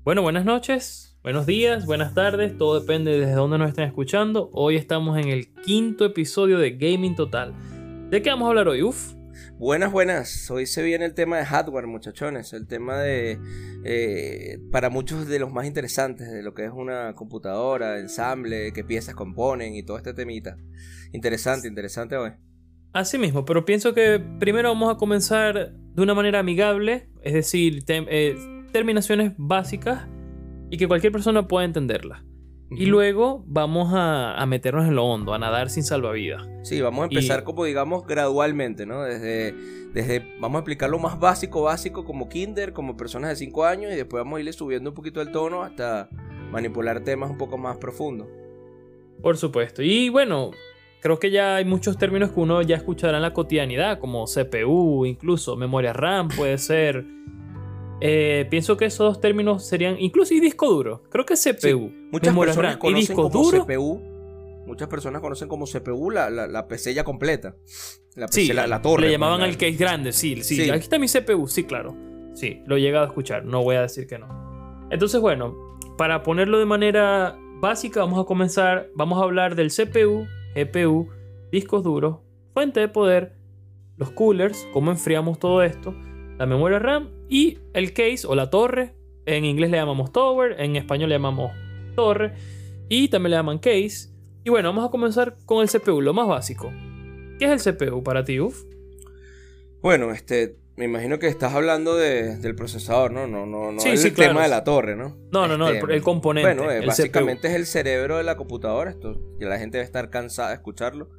Bueno, buenas noches, buenos días, buenas tardes, todo depende desde dónde nos estén escuchando. Hoy estamos en el quinto episodio de Gaming Total. ¿De qué vamos a hablar hoy? Buenas. Hoy se viene el tema de hardware, muchachones. El tema de, para muchos de los más interesantes, de lo que es una computadora, ensamble, qué piezas componen y todo este temita. Interesante hoy. Así mismo, pero pienso que primero vamos a comenzar de una manera amigable, es decir, terminaciones básicas y que cualquier persona pueda entenderlas. Y luego vamos a meternos en lo hondo, a nadar sin salvavidas. Sí, vamos a empezar como digamos gradualmente, ¿no? Desde vamos a explicar lo más básico como kinder, como personas de 5 años, y después vamos a irle subiendo un poquito el tono hasta manipular temas un poco más profundos. Por supuesto. Y bueno, creo que ya hay muchos términos que uno ya escuchará en la cotidianidad, como CPU, incluso memoria RAM puede ser. Pienso que esos dos términos serían incluso y disco duro. Creo que CPU, sí. Muchas personas RAM, conocen disco como duro. CPU. Muchas personas conocen como CPU la PC ya completa. La PC, Sí, la torre. le llamaban al case grande, sí. Aquí está mi CPU, sí, claro. Sí, lo he llegado a escuchar, no voy a decir que no. Entonces, bueno, para ponerlo de manera básica, vamos a hablar del CPU, GPU, discos duros, fuente de poder, los coolers, cómo enfriamos todo esto, la memoria RAM y el case o la torre. En inglés le llamamos tower, en español le llamamos torre y también le llaman case. Y bueno, vamos a comenzar con el CPU, lo más básico. ¿Qué es el CPU para ti, Bueno, me imagino que estás hablando del procesador, ¿no? No sí, es el claro. tema de la torre, ¿no? No, el componente. Bueno, el básicamente CPU. es el cerebro de la computadora. Esto ya la gente debe estar cansada de escucharlo.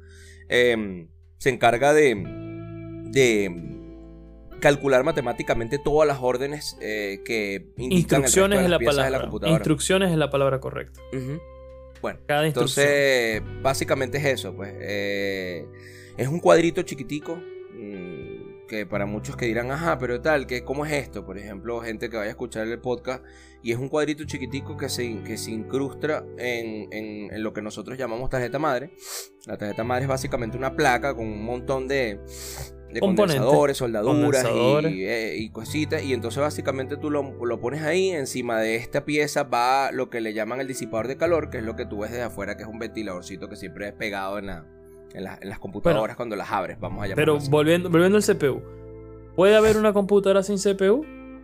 Se encarga de calcular matemáticamente todas las órdenes que indican Instrucciones el resto de es las la piezas de la palabra. computadora. Instrucciones es la palabra correcta. Bueno, Cada instrucción. entonces básicamente es eso, pues. Es un cuadrito chiquitico que para muchos que dirán, ajá, pero tal, ¿cómo es esto? Por ejemplo, gente que vaya a escuchar el podcast, y es un cuadrito chiquitico que se incrusta en lo que nosotros llamamos tarjeta madre. La tarjeta madre es básicamente una placa con un montón de condensadores, soldaduras y cositas, y entonces básicamente tú lo pones ahí. Encima de esta pieza va lo que le llaman el disipador de calor, que es lo que tú ves desde afuera, que es un ventiladorcito que siempre es pegado en las computadoras, cuando las abres, vamos a llamarlo Pero así. volviendo al CPU, ¿puede haber una computadora sin CPU?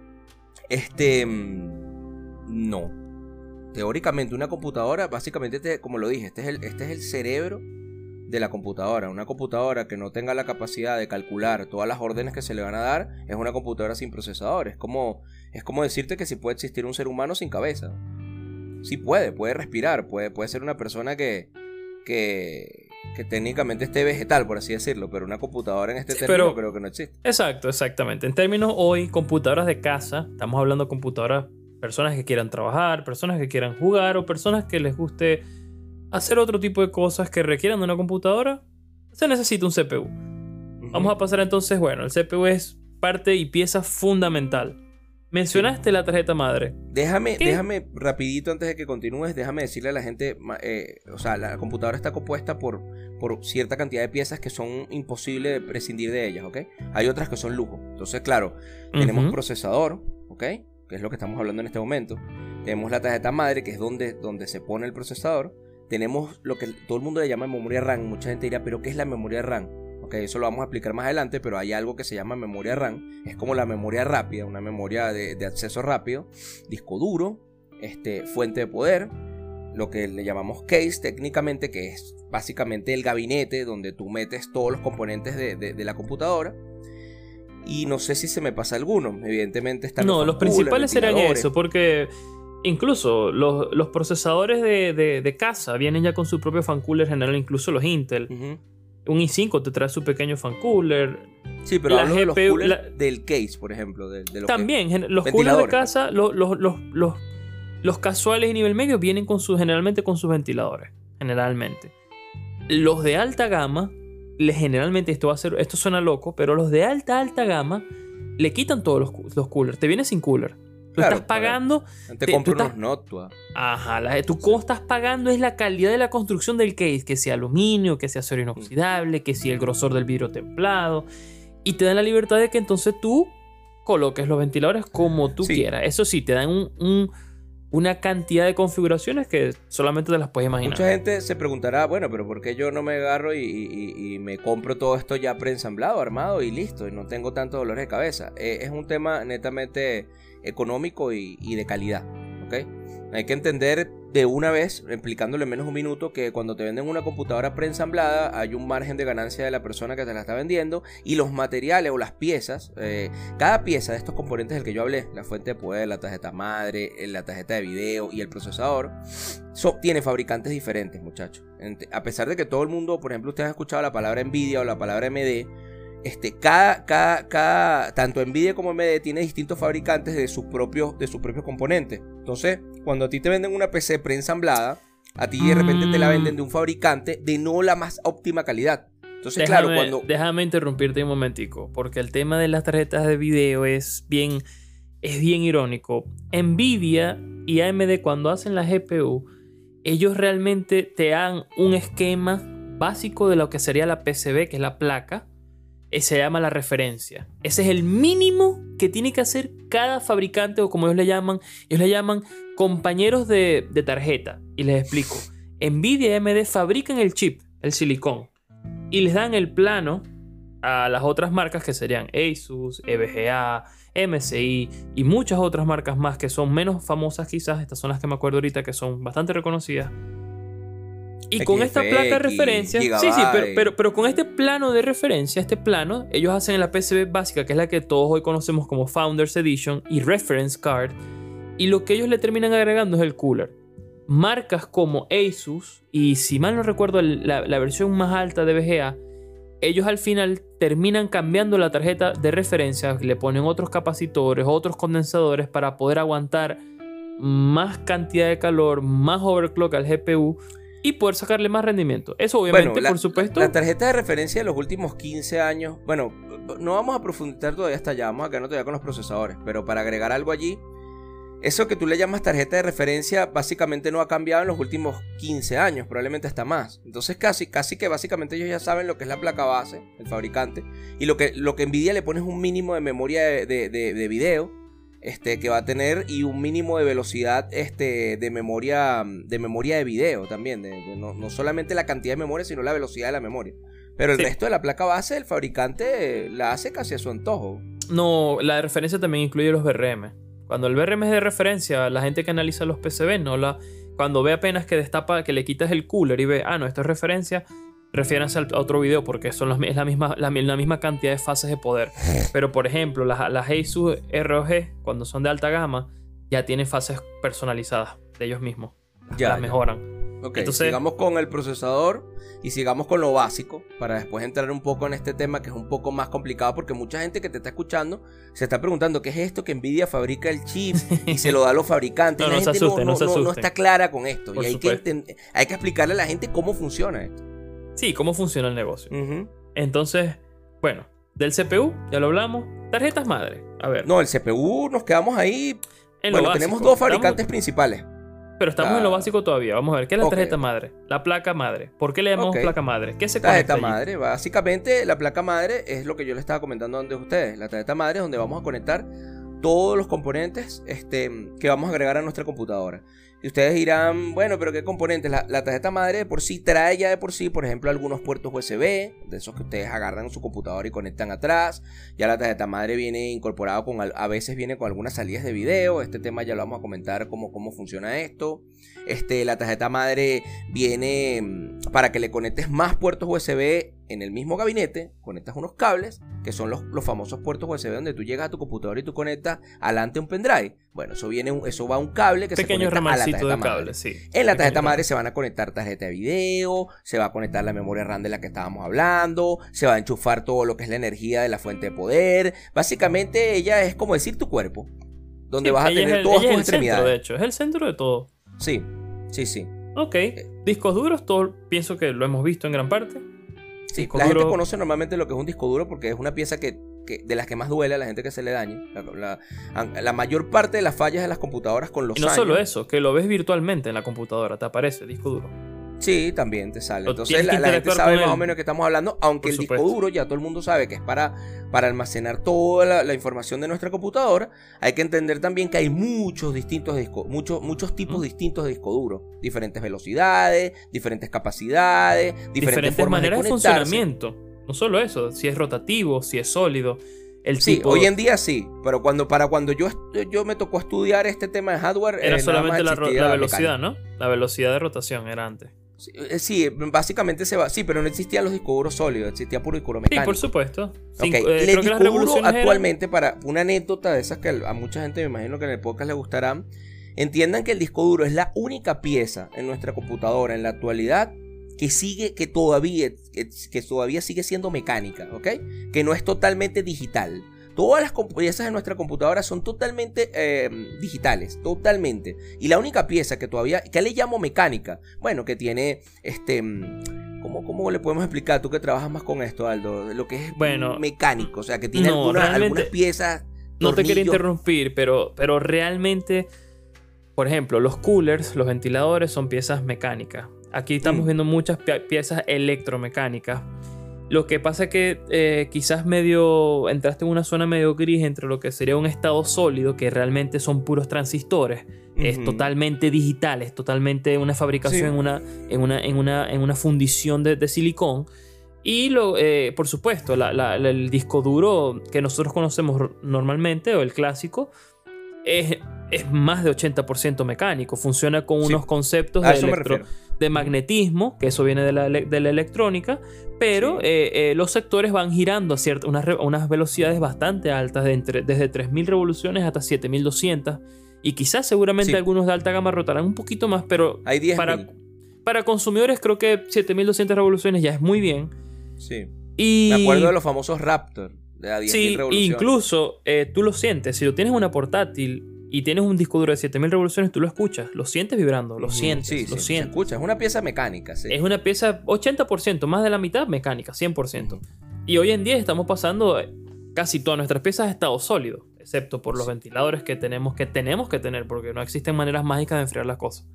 No. Teóricamente una computadora, básicamente, como lo dije, este es el cerebro de la computadora. Una computadora que no tenga la capacidad de calcular todas las órdenes que se le van a dar es una computadora sin procesador. Es como decirte que si puede existir un ser humano sin cabeza. Sí puede respirar, puede ser una persona que técnicamente esté vegetal, por así decirlo, pero una computadora en este término creo que no existe. Exactamente. En términos hoy, computadoras de casa, estamos hablando de computadoras, personas que quieran trabajar, personas que quieran jugar o personas que les guste hacer otro tipo de cosas que requieran de una computadora, se necesita un CPU. Vamos a pasar entonces, bueno, el CPU es parte y pieza fundamental. Mencionaste la tarjeta madre. Déjame rapidito antes de que continúes, déjame decirle a la gente, o sea, la computadora está compuesta por cierta cantidad de piezas que son imposibles de prescindir de ellas, ¿ok? Hay otras que son lujo. Entonces, claro, tenemos procesador, ¿ok? Que es lo que estamos hablando en este momento. Tenemos la tarjeta madre, que es donde se pone el procesador. Tenemos lo que todo el mundo le llama memoria RAM. Mucha gente dirá, ¿pero qué es la memoria RAM? Okay, eso lo vamos a explicar más adelante, pero hay algo que se llama memoria RAM. Es como la memoria rápida, una memoria de acceso rápido. Disco duro, fuente de poder, lo que le llamamos case técnicamente, que es básicamente el gabinete donde tú metes todos los componentes de la computadora. Y no sé si se me pasa alguno. Evidentemente están los principales serían eso, porque incluso los procesadores de casa vienen ya con su propio fan cooler general, incluso los Intel. Un i5 te trae su pequeño fan cooler. Sí, pero hablo de los coolers del case, por ejemplo. De lo también, los coolers de casa, los casuales y nivel medio vienen generalmente con sus ventiladores. Generalmente. Los de alta gama, generalmente, esto suena loco, pero los de alta gama le quitan todos los coolers. Te viene sin cooler. Tú estás pagando. Te compras unos Notua. Ajá, tú cómo estás pagando es la calidad de la construcción del case, que sea aluminio, que sea acero inoxidable, que sea el grosor del vidrio templado. Y te dan la libertad de que entonces tú coloques los ventiladores como tú quieras. Eso sí, te dan una cantidad de configuraciones que solamente te las puedes imaginar. Mucha gente se preguntará, bueno, pero ¿por qué yo no me agarro y me compro todo esto ya preensamblado, armado y listo? Y no tengo tantos dolores de cabeza. Es un tema netamente económico y de calidad, ¿ok? Hay que entender de una vez, explicándole en menos de un minuto, que cuando te venden una computadora preensamblada hay un margen de ganancia de la persona que te la está vendiendo, y los materiales o las piezas, cada pieza de estos componentes del que yo hablé, la fuente de poder, la tarjeta madre, la tarjeta de video y el procesador, tiene fabricantes diferentes, muchachos. A pesar de que todo el mundo, por ejemplo, ustedes han escuchado la palabra Nvidia o la palabra AMD, tanto Nvidia como AMD tiene distintos fabricantes de sus propios componentes. Entonces, cuando a ti te venden una PC preensamblada, a ti de repente te la venden de un fabricante de no la más óptima calidad. Entonces, déjame interrumpirte un momentico, porque el tema de las tarjetas de video es bien irónico. Nvidia y AMD, cuando hacen la GPU, ellos realmente te dan un esquema básico de lo que sería la PCB, que es la placa. Se llama la referencia. Ese es el mínimo que tiene que hacer cada fabricante, o como ellos le llaman compañeros de tarjeta. Y les explico. Nvidia y AMD fabrican el chip, el silicón, y les dan el plano a las otras marcas que serían Asus, EVGA, MSI y muchas otras marcas más que son menos famosas quizás. Estas son las que me acuerdo ahorita, que son bastante reconocidas. Y con esta placa de referencia, pero con este plano de referencia, ellos hacen la PCB básica, que es la que todos hoy conocemos como Founders Edition y Reference Card, y lo que ellos le terminan agregando es el cooler. Marcas como Asus, y si mal no recuerdo la versión más alta de VGA, ellos al final terminan cambiando la tarjeta de referencia, le ponen otros capacitores, otros condensadores para poder aguantar más cantidad de calor, más overclock al GPU y poder sacarle más rendimiento. Eso obviamente, por supuesto. La tarjeta de referencia de los últimos 15 años, bueno, no vamos a profundizar todavía hasta allá, vamos a quedarnos todavía con los procesadores, pero para agregar algo allí, eso que tú le llamas tarjeta de referencia básicamente no ha cambiado en los últimos 15 años, probablemente hasta más. Entonces casi que básicamente ellos ya saben lo que es la placa base, el fabricante, y lo que Nvidia le pone es un mínimo de memoria de video que va a tener, y un mínimo de velocidad de memoria de video también, no solamente la cantidad de memoria, sino la velocidad de la memoria. Pero el resto de la placa base, el fabricante la hace casi a su antojo. No, la de referencia también incluye los VRM. Cuando el VRM es de referencia, la gente que analiza los PCB, cuando ve apenas que destapa, que le quitas el cooler y ve, no, esto es referencia, refiéranse a otro video, porque es la misma cantidad de fases de poder. Pero por ejemplo, las Asus ROG, cuando son de alta gama, ya tienen fases personalizadas de ellos mismos. Las mejoran. Ok, entonces, sigamos con el procesador y sigamos con lo básico, para después entrar un poco en este tema que es un poco más complicado, porque mucha gente que te está escuchando se está preguntando qué es esto que Nvidia fabrica el chip y se lo da a los fabricantes. No se asusten. No está clara con esto. Y hay que explicarle a la gente cómo funciona esto. Sí, cómo funciona el negocio. Entonces, bueno, del CPU ya lo hablamos. Tarjetas madre, a ver. No, el CPU nos quedamos ahí. Tenemos dos fabricantes principales. Pero estamos en lo básico todavía. Vamos a ver, ¿qué es la tarjeta madre? La placa madre. ¿Por qué le llamamos placa madre? ¿Qué se conecta allí? Madre, básicamente la placa madre es lo que yo le estaba comentando antes a ustedes. La tarjeta madre es donde vamos a conectar todos los componentes que vamos a agregar a nuestra computadora. Y ustedes dirán, bueno, pero ¿qué componentes? La tarjeta madre de por sí trae ya de por sí, por ejemplo, algunos puertos USB, de esos que ustedes agarran en su computadora y conectan atrás. Ya la tarjeta madre viene incorporado a veces viene con algunas salidas de video. Este tema ya lo vamos a comentar cómo funciona esto. La tarjeta madre viene para que le conectes más puertos USB en el mismo gabinete. Conectas unos cables, que son los famosos puertos USB donde tú llegas a tu computadora y tú conectas adelante un pendrive. Bueno, eso va a un cable que pequeño se conecta a la tarjeta de madre. Cable, sí. En la tarjeta madre se van a conectar tarjeta de video, se va a conectar la memoria RAM de la que estábamos hablando, se va a enchufar todo lo que es la energía de la fuente de poder. Básicamente ella es como decir tu cuerpo, donde vas a tener todas tus extremidades. Centro, de hecho, es el centro de todo. Sí. Ok, discos duros, pienso que lo hemos visto en gran parte. Sí, la gente conoce normalmente lo que es un disco duro porque es una pieza que de las que más duele a la gente que se le dañe. La mayor parte de las fallas de las computadoras con los años. Y no solo eso, que lo ves virtualmente en la computadora, te aparece disco duro. Sí, también te sale. O Entonces tienes que la gente interactuar sabe con más o él. menos de qué estamos hablando, aunque Por el disco supuesto. duro ya todo el mundo sabe que es para almacenar toda la información de nuestra computadora. Hay que entender también que hay muchos distintos discos, muchos tipos distintos de disco duro. Diferentes velocidades, diferentes capacidades, diferentes formas maneras de conectarse. funcionamiento. No solo eso, si es rotativo, si es sólido. El Sí, tipo hoy en día sí, pero para cuando yo me tocó estudiar este tema de hardware, era nada solamente más la existía velocidad, mecánica. ¿no? La velocidad de rotación era antes. Sí, sí, básicamente sí, pero no existían los discos duros sólidos, existía puro disco duro Sí, mecánico. por supuesto. Ok, Creo el que las disco duro revoluciones eran... actualmente, para una anécdota de esas que a mucha gente me imagino que en el podcast le gustarán, entiendan que el disco duro es la única pieza en nuestra computadora en la actualidad que todavía sigue siendo mecánica, ¿ok? Que no es totalmente digital. Todas las piezas de nuestra computadora son totalmente digitales, totalmente. Y la única pieza que todavía, que le llamo mecánica, bueno, que tiene ¿cómo le podemos explicar? Tú que trabajas más con esto, Aldo, lo que es mecánico, o sea, que tiene algunas piezas. No te quería tornillos. interrumpir, pero realmente, por ejemplo, los coolers, los ventiladores son piezas mecánicas. Aquí estamos viendo muchas piezas electromecánicas. Lo que pasa es que quizás entraste en una zona medio gris entre lo que sería un estado sólido, que realmente son puros transistores. Es totalmente digital, es totalmente una fabricación en una fundición de silicón. Y por supuesto, el disco duro que nosotros conocemos normalmente, o el clásico, es más de 80% mecánico. Funciona con unos conceptos de magnetismo, que eso viene de la electrónica, pero los sectores van girando a unas velocidades bastante altas, desde 3000 revoluciones hasta 7200. Y quizás seguramente algunos de alta gama rotarán un poquito más, pero hay 10.000. Para consumidores creo que 7200 revoluciones ya es muy bien. Sí. Y me acuerdo de los famosos Raptor de a 10.000 revoluciones. Incluso tú lo sientes. Si lo tienes en una portátil y tienes un disco duro de 7000 revoluciones, tú lo escuchas, lo sientes vibrando, lo sientes, lo sientes. Se escucha, es una pieza mecánica, sí. Es una pieza 80%, más de la mitad mecánica, 100%. Y hoy en día estamos pasando casi todas nuestras piezas a estado sólido, excepto por los ventiladores que tenemos que tener, porque no existen maneras mágicas de enfriar las cosas.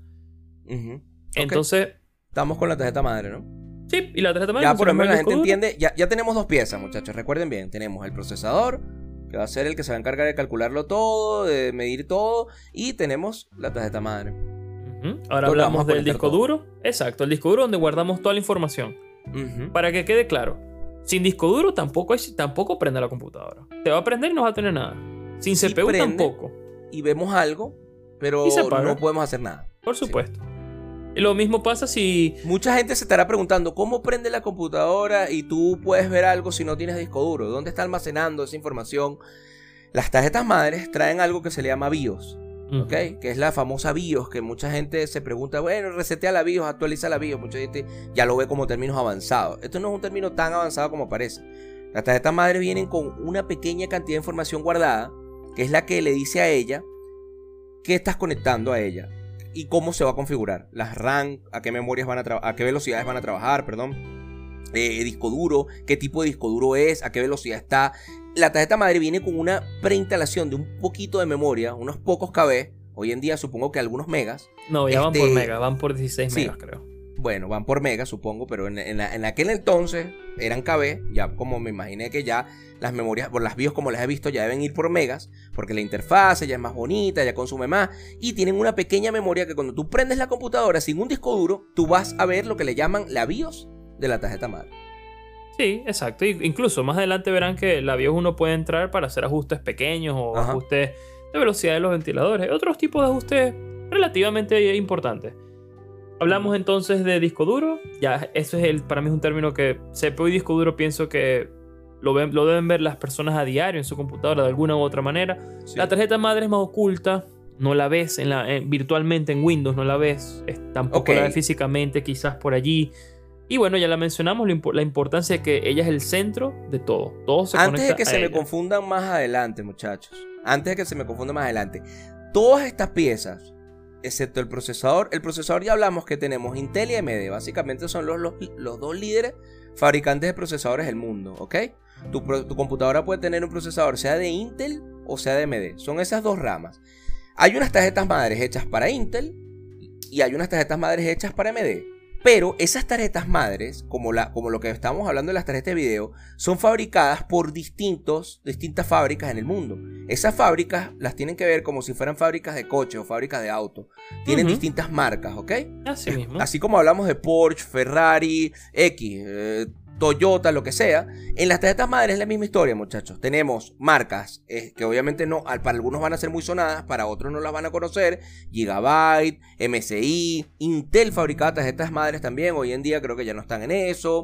Entonces... Estamos con la tarjeta madre, ¿no? Sí, y la tarjeta madre... Ya por lo menos la gente entiende, ya tenemos dos piezas, muchachos, recuerden bien, tenemos el procesador, que va a ser el que se va a encargar de calcularlo todo, de medir todo, y tenemos la tarjeta madre. Ahora hablamos del disco duro. Exacto, el disco duro donde guardamos toda la información. Para que quede claro, sin disco duro tampoco prende la computadora. Te va a prender y no va a tener nada. Sin CPU prende, tampoco. Y vemos algo, pero no podemos hacer nada. Por supuesto. Y lo mismo pasa si... Mucha gente se estará preguntando ¿cómo prende la computadora y tú puedes ver algo si no tienes disco duro? ¿Dónde está almacenando esa información? Las tarjetas madres traen algo que se le llama BIOS, ¿ok? Que es la famosa BIOS, que mucha gente se pregunta, bueno, resetea la BIOS, actualiza la BIOS. Mucha gente ya lo ve como términos avanzados. Esto no es un término tan avanzado como parece. Las tarjetas madres vienen con una pequeña cantidad de información guardada, que es la que le dice a ella qué estás conectando a ella y cómo se va a configurar. Las RAM, a qué memorias a qué velocidades van a trabajar, disco duro, qué tipo de disco duro es, a qué velocidad está. La tarjeta madre viene con una preinstalación de un poquito de memoria, unos pocos KB. Hoy en día supongo que algunos megas. No, ya van por mega, van por 16 megas creo. Bueno, van por mega supongo, pero en aquel entonces eran KB. Ya como me imaginé que ya las memorias, por las BIOS como las he visto, ya deben ir por megas, porque la interfase ya es más bonita, ya consume más, y tienen una pequeña memoria que cuando tú prendes la computadora sin un disco duro, tú vas a ver lo que le llaman la BIOS de la tarjeta madre. Sí, exacto. Incluso más adelante verán que la BIOS uno puede entrar para hacer ajustes pequeños o ajustes de velocidad de los ventiladores. Otros tipos de ajustes relativamente importantes. Hablamos entonces de disco duro. Ya, eso es para mí es un término que CPU y disco duro pienso que lo deben ver las personas a diario en su computadora de alguna u otra manera. Sí. La tarjeta madre es más oculta. No la ves virtualmente en Windows, no la ves. Tampoco la ves físicamente, quizás por allí. Y bueno, ya la mencionamos, la importancia de que ella es el centro de todo. Todo se conecta a ella. Antes de que se me confundan más adelante, muchachos. Antes de que se me confundan más adelante. Todas estas piezas, excepto el procesador ya hablamos que tenemos Intel y AMD. Básicamente son los dos líderes fabricantes de procesadores del mundo, ¿ok? Tu computadora puede tener un procesador sea de Intel o sea de AMD. Son esas dos ramas. Hay unas tarjetas madres hechas para Intel y hay unas tarjetas madres hechas para AMD. Pero esas tarjetas madres, como lo que estábamos hablando de las tarjetas de video, son fabricadas por distintas fábricas en el mundo. Esas fábricas las tienen que ver como si fueran fábricas de coches o fábricas de autos. Tienen distintas marcas, ¿ok? Así mismo. Así como hablamos de Porsche, Ferrari, Toyota, lo que sea. En las tarjetas madres es la misma historia, muchachos. Tenemos marcas que obviamente no, para algunos van a ser muy sonadas, para otros no las van a conocer. Gigabyte, MSI, Intel fabricaba tarjetas madres también. Hoy en día creo que ya no están en eso.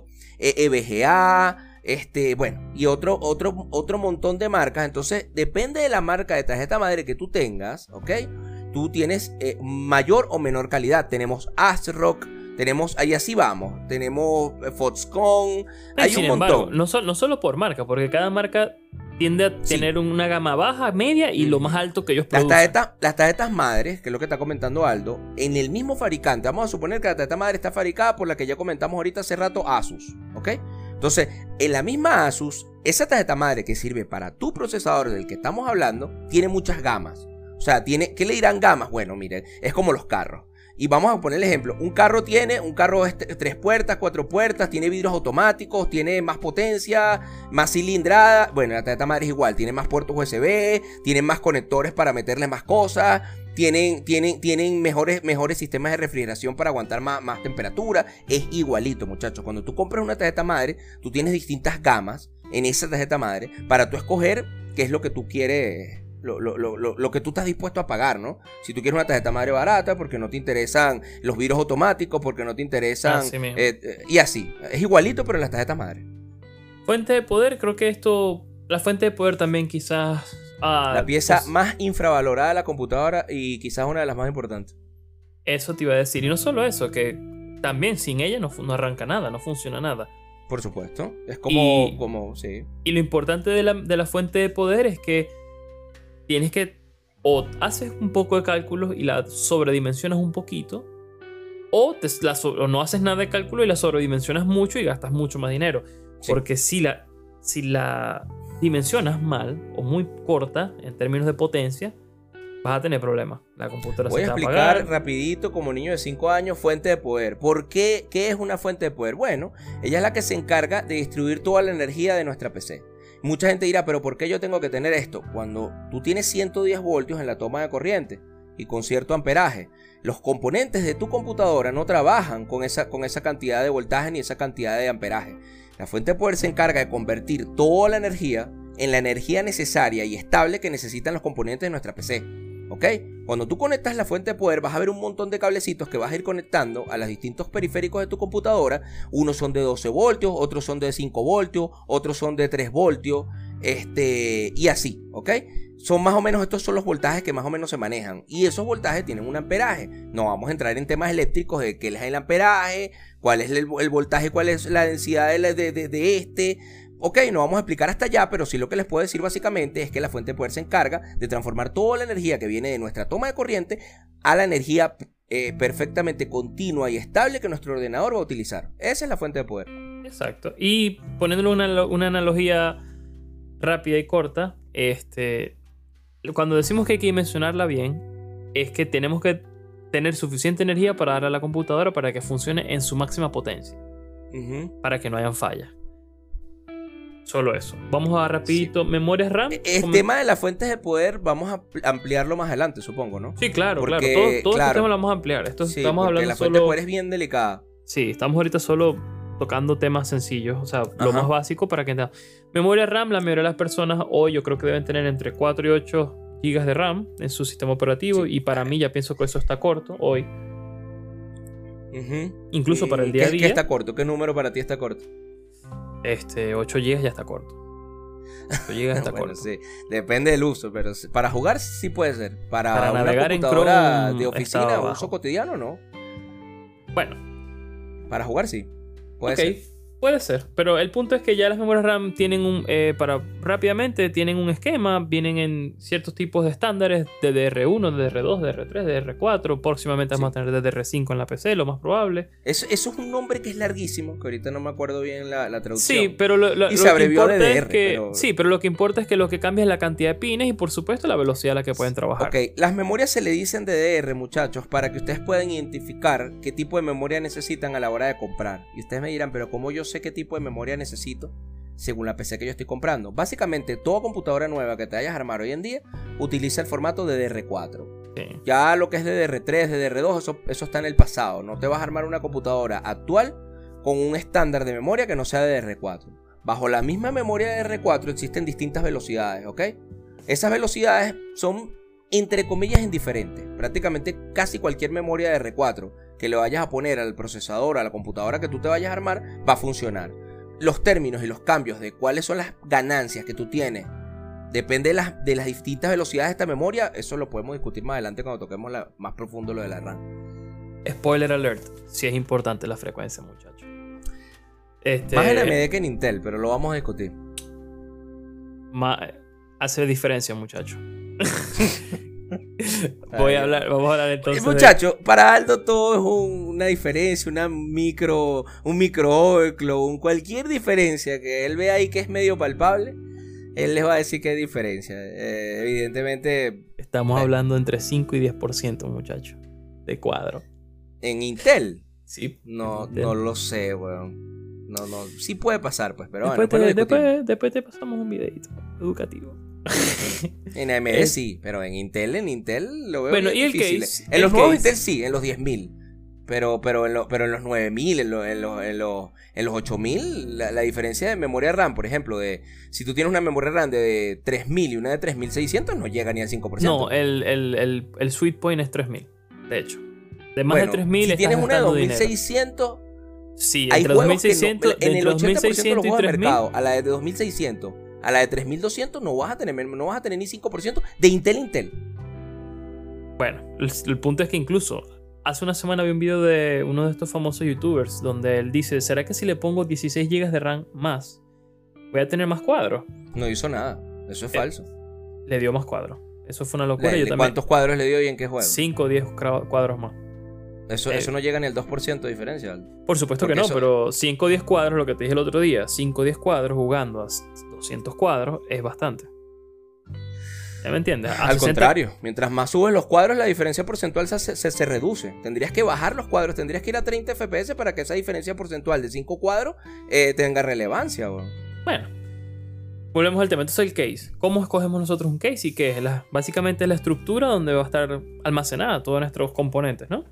EVGA, bueno, y otro montón de marcas. Entonces, depende de la marca de tarjeta madre que tú tengas, ¿ok? Tú tienes mayor o menor calidad. Tenemos ASRock. Tenemos, ahí así vamos, tenemos Foxconn, hay un montón. No solo por marca, porque cada marca tiende a tener una gama baja, media y lo más alto que ellos producen. Las tarjetas madres, que es lo que está comentando Aldo, en el mismo fabricante, vamos a suponer que la tarjeta madre está fabricada por la que ya comentamos ahorita hace rato, Asus, ¿ok? Entonces, en la misma Asus, esa tarjeta madre que sirve para tu procesador del que estamos hablando, tiene muchas gamas. O sea, ¿qué le dirán gamas? Bueno, miren, es como los carros. Y vamos a poner el ejemplo, un carro es 3 puertas, 4 puertas, tiene vidrios automáticos, tiene más potencia, más cilindrada. Bueno, la tarjeta madre es igual, tiene más puertos USB, tiene más conectores para meterle más cosas, tienen mejores sistemas de refrigeración para aguantar más temperatura. Es igualito, muchachos. Cuando tú compras una tarjeta madre, tú tienes distintas gamas en esa tarjeta madre para tú escoger qué es lo que tú quieres. Lo que tú estás dispuesto a pagar, ¿no? Si tú quieres una tarjeta madre barata porque no te interesan los virus automáticos, porque no te interesan y así, es igualito pero en las tarjetas madre. Fuente de poder, creo que la fuente de poder también quizás la pieza más infravalorada de la computadora y quizás una de las más importantes. Eso te iba a decir, y no solo eso, que también sin ella no arranca nada, no funciona nada. Por supuesto, es como sí. Y lo importante de la fuente de poder es que tienes que, o haces un poco de cálculos y la sobredimensionas un poquito, o no haces nada de cálculo y la sobredimensionas mucho y gastas mucho más dinero. Sí. Porque si la dimensionas mal o muy corta en términos de potencia, vas a tener problemas. La computadora Voy se a te va a explicar apagar. rapidito como niño de 5 años fuente de poder. ¿Por qué? ¿Qué es una fuente de poder? Bueno, ella es la que se encarga de distribuir toda la energía de nuestra PC. Mucha gente dirá, pero ¿por qué yo tengo que tener esto? Cuando tú tienes 110 voltios en la toma de corriente y con cierto amperaje, los componentes de tu computadora no trabajan con esa cantidad de voltaje ni esa cantidad de amperaje. La fuente de poder se encarga de convertir toda la energía en la energía necesaria y estable que necesitan los componentes de nuestra PC. ¿Ok? Cuando tú conectas la fuente de poder vas a ver un montón de cablecitos que vas a ir conectando a los distintos periféricos de tu computadora. Unos son de 12 voltios, otros son de 5 voltios, otros son de 3 voltios, y así, ¿ok? Son más o menos, estos son los voltajes que más o menos se manejan. Y esos voltajes tienen un amperaje. No vamos a entrar en temas eléctricos de qué es el amperaje, cuál es el voltaje, cuál es la densidad de Ok, no vamos a explicar hasta allá, pero sí lo que les puedo decir básicamente es que la fuente de poder se encarga de transformar toda la energía que viene de nuestra toma de corriente a la energía perfectamente continua y estable que nuestro ordenador va a utilizar. Esa es la fuente de poder. Exacto. Y poniéndole una analogía rápida y corta, cuando decimos que hay que dimensionarla bien, es que tenemos que tener suficiente energía para darle a la computadora para que funcione en su máxima potencia, para que no hayan fallas. Solo eso. Vamos a rapidito. Sí. Memorias RAM. El tema de las fuentes de poder vamos a ampliarlo más adelante, supongo, ¿no? Sí, claro, todo este tema lo vamos a ampliar. Estamos hablando la fuente de poder es bien delicada. Sí, estamos ahorita solo tocando temas sencillos, o sea, lo más básico para que entiendan. Memoria RAM, la mayoría de las personas hoy yo creo que deben tener entre 4 y 8 GB de RAM en su sistema operativo, y para mí ya pienso que eso está corto hoy. Incluso para el día a día. ¿Qué está corto? ¿Qué número para ti está corto? 8 GB ya está corto. 8 GB está bueno, corto. Sí. Depende del uso, pero para jugar sí puede ser. Para una navegar computadora en Chrome de oficina o uso cotidiano, no. Bueno. Para jugar sí. Puede ser. Puede ser, pero el punto es que ya las memorias RAM tienen rápidamente tienen un esquema, vienen en ciertos tipos de estándares, DDR1, DDR2, DDR3, DDR4, próximamente vamos a tener DDR5 en la PC, lo más probable. Eso es un nombre que es larguísimo, que ahorita no me acuerdo bien la traducción. Sí, pero lo se abrevió que importa DDR, es que, sí, pero lo que importa es que lo que cambia es la cantidad de pines y por supuesto la velocidad a la que pueden trabajar. Ok, las memorias se le dicen DDR, muchachos, para que ustedes puedan identificar qué tipo de memoria necesitan a la hora de comprar. Y ustedes me dirán, pero ¿cómo yo sé qué tipo de memoria necesito según la PC que yo estoy comprando? Básicamente, toda computadora nueva que te vayas a armar hoy en día utiliza el formato DDR4. Sí. Ya lo que es DDR3, DDR2, eso está en el pasado. No te vas a armar una computadora actual con un estándar de memoria que no sea DDR4. Bajo la misma memoria DDR4 existen distintas velocidades, ¿ok? Esas velocidades son, entre comillas, indiferentes. Prácticamente casi cualquier memoria DDR4 que le vayas a poner al procesador, a la computadora que tú te vayas a armar, va a funcionar. Los términos y los cambios de cuáles son las ganancias que tú tienes depende de las distintas velocidades de esta memoria. Eso lo podemos discutir más adelante cuando toquemos más profundo lo de la RAM. Spoiler alert, sí es importante la frecuencia, muchachos. Más en AMD que en Intel, pero lo vamos a discutir. Hace diferencia, muchachos. Vamos a hablar entonces. Muchachos, para Aldo todo es una diferencia, un micro overclock, cualquier diferencia que él vea ahí que es medio palpable, él les va a decir que hay diferencia. Evidentemente. Estamos hablando entre 5 y 10%, muchachos, de cuadro. ¿En Intel? Sí. No lo sé, weón. No, sí puede pasar, pues, pero después te pasamos un videito educativo. En AMD sí, pero en Intel lo veo bueno, bien difícil. En los nuevos Intel sí, en los 10.000. Pero en los 9.000, en los 8.000, la diferencia de memoria RAM, por ejemplo, si tú tienes una memoria RAM de 3.000 y una de 3.600, no llega ni al 5%. No, el sweet point es 3.000, de hecho. De más de 3.000 si tienes una de 2.600... Sí, hay entre juegos 2.600, en el 80% de los juegos de 3.000, mercado, a la de 2.600, a la de 3.200 no vas a tener ni 5% de Intel. Bueno, el punto es que incluso hace una semana vi un video de uno de estos famosos youtubers donde él dice, ¿será que si le pongo 16 GB de RAM más, voy a tener más cuadros? No hizo nada, eso es falso. Le dio más cuadros. Eso fue una locura. ¿Cuántos cuadros le dio y en qué juego? 5 o 10 cuadros más. Eso no llega ni al 2% de diferencia. Por supuesto que no, pero 5 o 10 cuadros, lo que te dije el otro día, 5 o 10 cuadros jugando a 200 cuadros es bastante. ¿Ya me entiendes? Al contrario, mientras más subes los cuadros, la diferencia porcentual se reduce. Tendrías que bajar los cuadros, tendrías que ir a 30 FPS para que esa diferencia porcentual de 5 cuadros tenga relevancia. Bueno, volvemos al tema. Entonces el case. ¿Cómo escogemos nosotros un case y qué es? Básicamente es la estructura donde va a estar almacenada todos nuestros componentes, ¿no?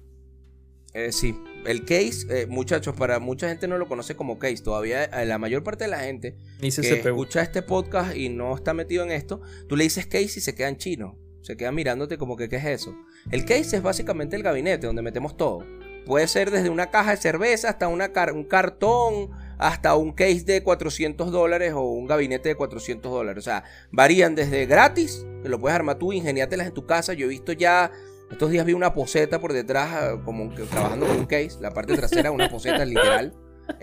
Sí, el case, muchachos, para mucha gente no lo conoce como case. Todavía la mayor parte de la gente que escucha este podcast y no está metido en esto, tú le dices case y se queda en chino. Se queda mirándote como que ¿qué es eso? El case es básicamente el gabinete donde metemos todo. Puede ser desde una caja de cerveza hasta un cartón, hasta un case de $400 o un gabinete de $400. O sea, varían desde gratis, que lo puedes armar tú, ingeniátelas en tu casa. Yo he visto ya... Estos días vi una poseta por detrás, como que trabajando con un case, la parte trasera, una poseta literal.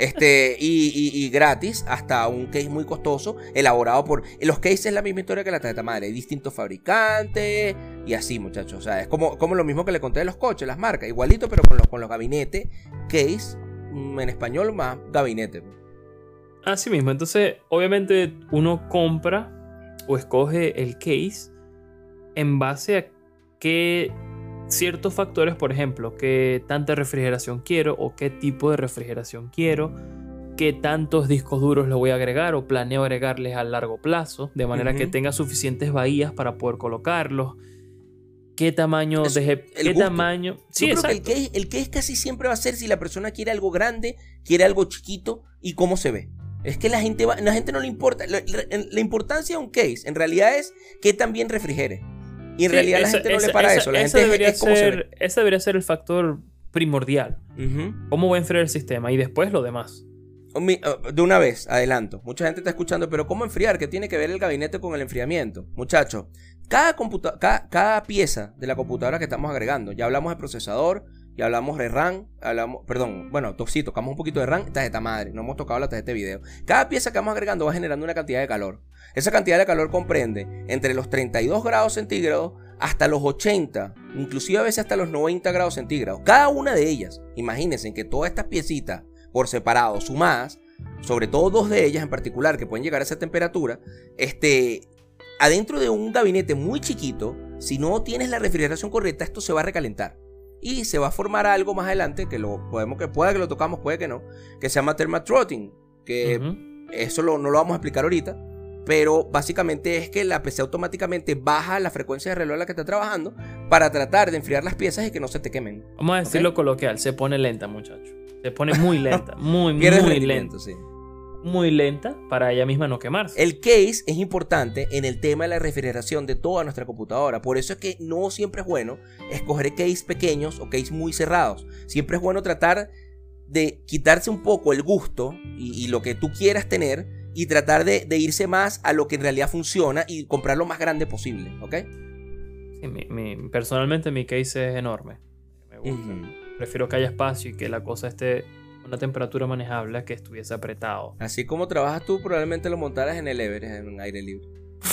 Y gratis, hasta un case muy costoso, elaborado por... Los cases es la misma historia que la tarjeta madre, hay distintos fabricantes y así, muchachos. O sea, es como lo mismo que le conté de los coches, las marcas, igualito, pero con los gabinetes, case, en español más gabinete. Así mismo, entonces, obviamente uno compra o escoge el case en base a qué ciertos factores, por ejemplo, qué tanta refrigeración quiero o qué tipo de refrigeración quiero, qué tantos discos duros le voy a agregar o planeo agregarles a largo plazo, de manera que tenga suficientes bahías para poder colocarlos, qué tamaño, qué tamaño. Sí, yo creo que el case casi siempre va a ser si la persona quiere algo grande, quiere algo chiquito y cómo se ve. Es que la gente no le importa. La importancia de un case en realidad es que también refrigere. Y en realidad la gente no le para eso. La gente es cómo se ve. Ese debería ser el factor primordial. ¿Cómo voy a enfriar el sistema? Y después lo demás. De una vez, adelanto. Mucha gente está escuchando, pero ¿cómo enfriar? ¿Qué tiene que ver el gabinete con el enfriamiento? Muchachos, cada pieza de la computadora que estamos agregando, ya hablamos de procesador, y hablamos de RAM, sí, tocamos un poquito de RAM, tarjeta madre, no hemos tocado la tarjeta de video. Cada pieza que vamos agregando va generando una cantidad de calor. Esa cantidad de calor comprende entre los 32 grados centígrados hasta los 80, inclusive a veces hasta los 90 grados centígrados. Cada una de ellas, imagínense que todas estas piecitas por separado, sumadas, sobre todo dos de ellas en particular que pueden llegar a esa temperatura, adentro de un gabinete muy chiquito, si no tienes la refrigeración correcta, esto se va a recalentar. Y se va a formar algo más adelante, puede que lo tocamos, puede que no, que se llama thermal-throttling, que eso no lo vamos a explicar ahorita, pero básicamente es que la PC automáticamente baja la frecuencia de reloj en la que está trabajando para tratar de enfriar las piezas y que no se te quemen. Vamos a decirlo coloquial, se pone lenta, muchacho. Se pone muy lenta, muy lenta. Sí. Muy lenta para ella misma no quemarse. El case es importante en el tema de la refrigeración de toda nuestra computadora. Por eso es que no siempre es bueno escoger case pequeños o case muy cerrados. Siempre es bueno tratar de quitarse un poco el gusto y lo que tú quieras tener y tratar de irse más a lo que en realidad funciona y comprar lo más grande posible, ¿ok? Sí, personalmente mi case es enorme. Me gusta. Prefiero que haya espacio y que la cosa esté a una temperatura manejable a que estuviese apretado. Así como trabajas tú, probablemente lo montaras en el Everest, en aire libre.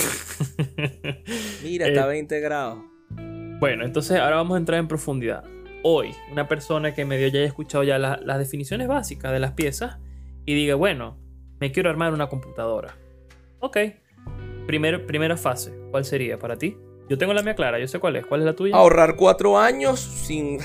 Mira, está a 20 grados. Bueno, entonces ahora vamos a entrar en profundidad. Hoy, una persona que medio ya haya escuchado ya las definiciones básicas de las piezas y diga, bueno, me quiero armar una computadora. Ok. Primera fase, ¿cuál sería para ti? Yo tengo la mía clara, yo sé cuál es. ¿Cuál es la tuya? Ahorrar 4 años sin...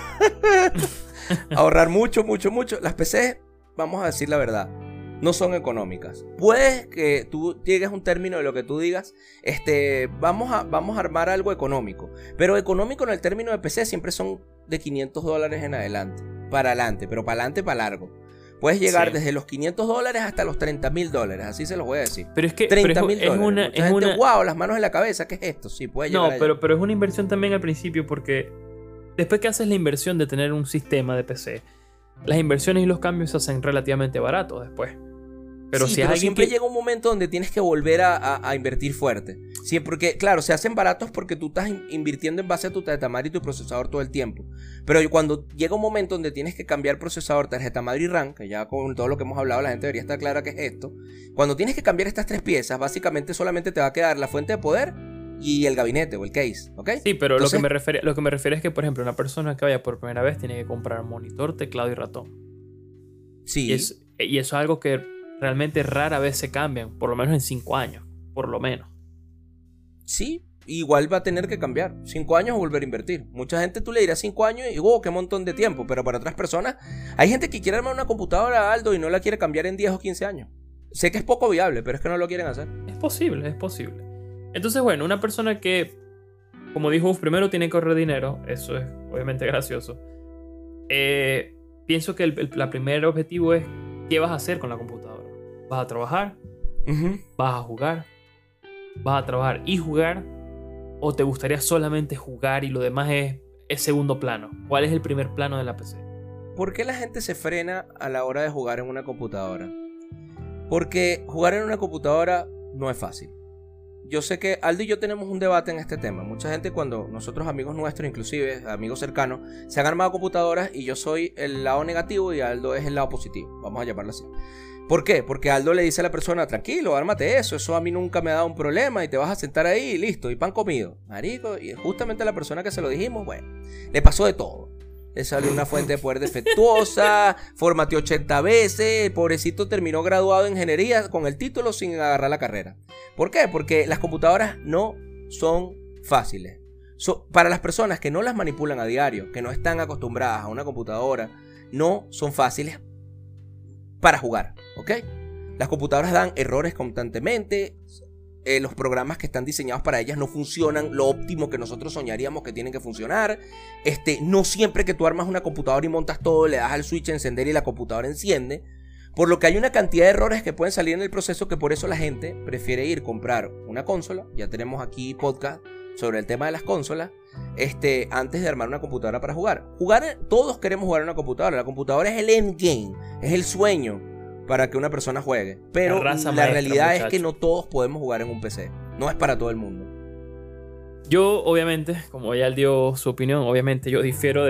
ahorrar mucho. Las PC, vamos a decir la verdad, no son económicas. Puede que tú llegues a un término de lo que tú digas, vamos a armar algo económico. Pero económico en el término de PC siempre son de $500 en adelante. Para adelante, pero para adelante, para largo. Puedes llegar desde los $500 hasta los $30,000, así se los voy a decir. Pero es que $30,000. Es una... wow, las manos en la cabeza, ¿qué es esto? Sí, puede llegar allá. pero es una inversión también al principio porque después que haces la inversión de tener un sistema de PC, las inversiones y los cambios se hacen relativamente baratos después. Pero sí, pero siempre llega un momento donde tienes que volver a invertir fuerte. Sí, porque, claro, se hacen baratos porque tú estás invirtiendo en base a tu tarjeta madre y tu procesador todo el tiempo. Pero cuando llega un momento donde tienes que cambiar procesador, tarjeta madre y RAM, que ya con todo lo que hemos hablado la gente debería estar clara que es esto. Cuando tienes que cambiar estas tres piezas, básicamente solamente te va a quedar la fuente de poder y el gabinete o el case, ¿ok? Sí, pero entonces, lo que me refiero es que, por ejemplo, una persona que vaya por primera vez tiene que comprar monitor, teclado y ratón. Sí. Y eso es algo que realmente rara vez se cambian, por lo menos en 5 años, por lo menos. Sí, igual va a tener que cambiar. 5 años o volver a invertir. Mucha gente tú le dirás 5 años y qué montón de tiempo. Pero para otras personas, hay gente que quiere armar una computadora, Aldo, y no la quiere cambiar en 10 o 15 años. Sé que es poco viable, pero es que no lo quieren hacer. Es posible. Entonces, bueno, una persona que, como dijo, primero tiene que ahorrar dinero. Eso es obviamente gracioso. Pienso que el primer objetivo es ¿qué vas a hacer con la computadora? ¿Vas a trabajar? ¿Vas a jugar? ¿Vas a trabajar y jugar? ¿O te gustaría solamente jugar y lo demás es segundo plano? ¿Cuál es el primer plano de la PC? ¿Por qué la gente se frena a la hora de jugar en una computadora? Porque jugar en una computadora no es fácil. Yo sé que Aldo y yo tenemos un debate en este tema. Mucha gente, cuando nosotros, amigos nuestros, inclusive amigos cercanos, se han armado computadoras y yo soy el lado negativo y Aldo es el lado positivo. Vamos a llamarlo así. ¿Por qué? Porque Aldo le dice a la persona, tranquilo, ármate eso a mí nunca me ha dado un problema y te vas a sentar ahí y listo, y pan comido. Marico, y justamente a la persona que se lo dijimos, bueno, le pasó de todo. Le salió una fuente de poder defectuosa, formateó 80 veces, el pobrecito terminó graduado en ingeniería con el título sin agarrar la carrera. ¿Por qué? Porque las computadoras no son fáciles. Para las personas que no las manipulan a diario, que no están acostumbradas a una computadora, no son fáciles para jugar, ¿ok? Las computadoras dan errores constantemente, los programas que están diseñados para ellas no funcionan lo óptimo que nosotros soñaríamos que tienen que funcionar. No siempre que tú armas una computadora y montas todo, le das al switch a encender y la computadora enciende. Por lo que hay una cantidad de errores que pueden salir en el proceso, que por eso la gente prefiere ir a comprar una consola. Ya tenemos aquí podcast sobre el tema de las consolas, antes de armar una computadora para jugar. Todos queremos jugar en una computadora. La computadora es el endgame, es el sueño para que una persona juegue. Pero la realidad es que no todos podemos jugar en un PC. No es para todo el mundo. Yo, obviamente, como ya él dio su opinión, obviamente yo difiero de eso.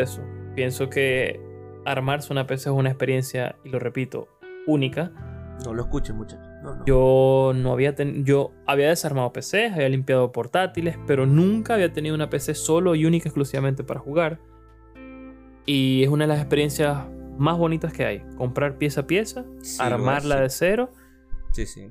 pienso que armarse una PC es una experiencia, y lo repito, única. No lo escuches, muchachos. No. Yo había desarmado PCs, había limpiado portátiles, pero nunca había tenido una PC solo y única exclusivamente para jugar. Y es una de las experiencias más bonitas que hay. Comprar pieza a pieza, sí, armarla de cero. Sí, sí.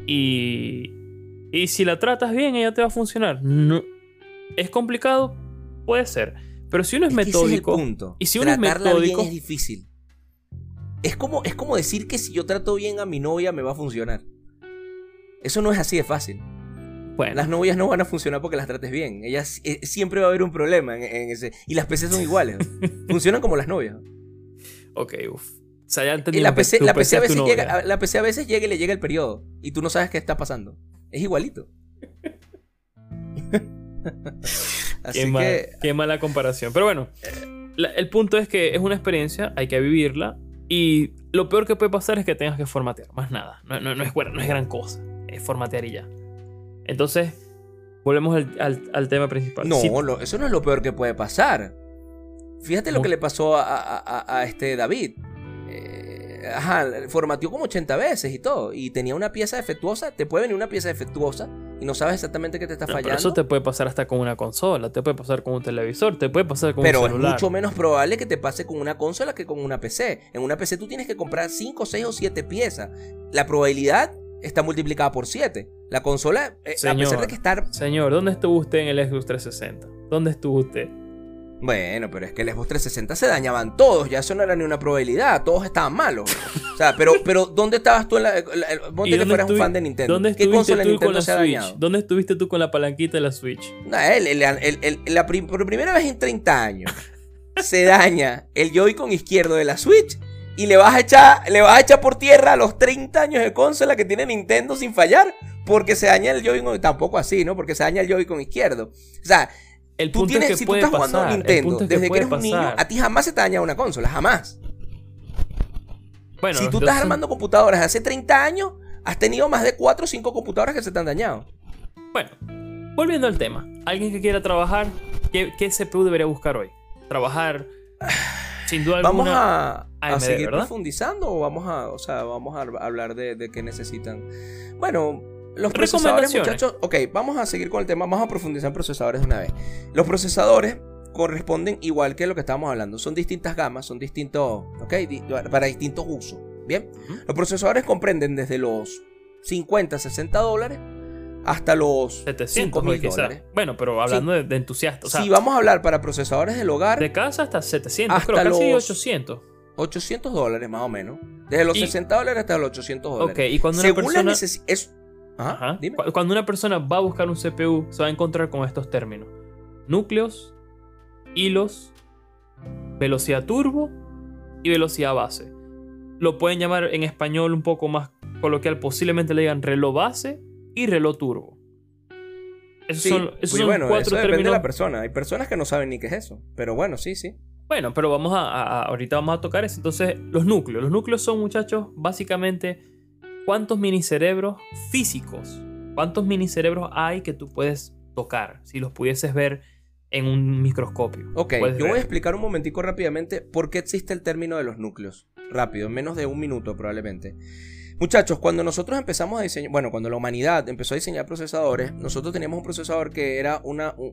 Y si la tratas bien, ella te va a funcionar. No, ¿es complicado? Puede ser. Pero si uno es metódico... Ese es el punto. Y si uno es metódico... Bien es difícil. Es como decir que si yo trato bien a mi novia me va a funcionar. Eso no es así de fácil. Bueno. Las novias no van a funcionar porque las trates bien. Ellas siempre va a haber un problema en ese. Y las PCs son iguales. Funcionan como las novias. Ok, uff. O sea, ya entendí. La PC a veces llega y le llega el periodo. Y tú no sabes qué está pasando. Es igualito. Así qué mala comparación. Pero bueno, el punto es que es una experiencia, hay que vivirla. Y lo peor que puede pasar es que tengas que formatear. Más nada. No es gran cosa. Es formatear y ya. Entonces, volvemos al tema principal. No, eso no es lo peor que puede pasar. Fíjate lo que le pasó a este David. Formateó como 80 veces y todo. Y tenía una pieza defectuosa. Te puede venir una pieza defectuosa y no sabes exactamente qué te está fallando. Pero eso te puede pasar hasta con una consola. Te puede pasar con un televisor. Te puede pasar con un celular. Pero es mucho menos probable que te pase con una consola que con una PC. En una PC tú tienes que comprar 5, 6 o 7 piezas. La probabilidad está multiplicada por 7. La consola, señor, a pesar de que estar... Señor, ¿dónde estuvo usted en el Xbox 360? ¿Dónde estuvo usted? Bueno, pero es que el Xbox 360 se dañaban todos. Ya eso no era ni una probabilidad. Todos estaban malos. O sea, pero ¿dónde estabas tú en la... Ponte que fueras un fan de Nintendo. ¿Qué consola de Nintendo se ha dañado? ¿Dónde estuviste tú con la palanquita de la Switch? Por primera vez en 30 años se daña el Joy-Con izquierdo de la Switch y le vas a echar por tierra a los 30 años de consola que tiene Nintendo sin fallar porque se daña el Joy-Con. Tampoco así, ¿no? Porque se daña el Joy-Con izquierdo. O sea... El punto es que si tú estás jugando a Nintendo desde que eres un niño, a ti jamás se te daña una consola, jamás. Bueno, si tú estás armando computadoras hace 30 años, has tenido más de 4 o 5 computadoras que se te han dañado. Bueno, volviendo al tema. Alguien que quiera trabajar, ¿qué CPU debería buscar hoy? Trabajar, sin duda alguna, ¿Vamos a seguir profundizando o vamos a hablar de qué necesitan? Bueno... Los procesadores, muchachos, ok, vamos a seguir con el tema, vamos a profundizar en procesadores de una vez. Los procesadores corresponden igual que lo que estábamos hablando, son distintas gamas, son distintos, ok, para distintos usos, ¿bien? Los procesadores comprenden desde los 50, 60 dólares hasta los 700 $5,000. Bueno, pero hablando de entusiastas. O sea, si vamos a hablar para procesadores del hogar, de casa hasta 700, hasta creo, casi 800. $800 más o menos. Desde los $60 hasta los $800. Ok, y cuando una persona... Ajá, dime. Cuando una persona va a buscar un CPU, se va a encontrar con estos términos: núcleos, hilos, velocidad turbo y velocidad base. Lo pueden llamar en español un poco más coloquial, posiblemente le digan reloj base y reloj turbo. Esos son 4 eso depende términos. De la persona. Hay personas que no saben ni qué es eso. Pero bueno, sí. Bueno, pero ahorita vamos a tocar eso. Entonces, los núcleos. Los núcleos son, muchachos, básicamente... ¿Cuántos minicerebros físicos? ¿Cuántos minicerebros hay que tú puedes tocar? Si los pudieses ver en un microscopio. Ok, yo voy a explicar un momentico rápidamente por qué existe el término de los núcleos. Rápido, en menos de 1 minuto probablemente. Muchachos, cuando nosotros empezamos a diseñar... Bueno, cuando la humanidad empezó a diseñar procesadores, nosotros teníamos un procesador que era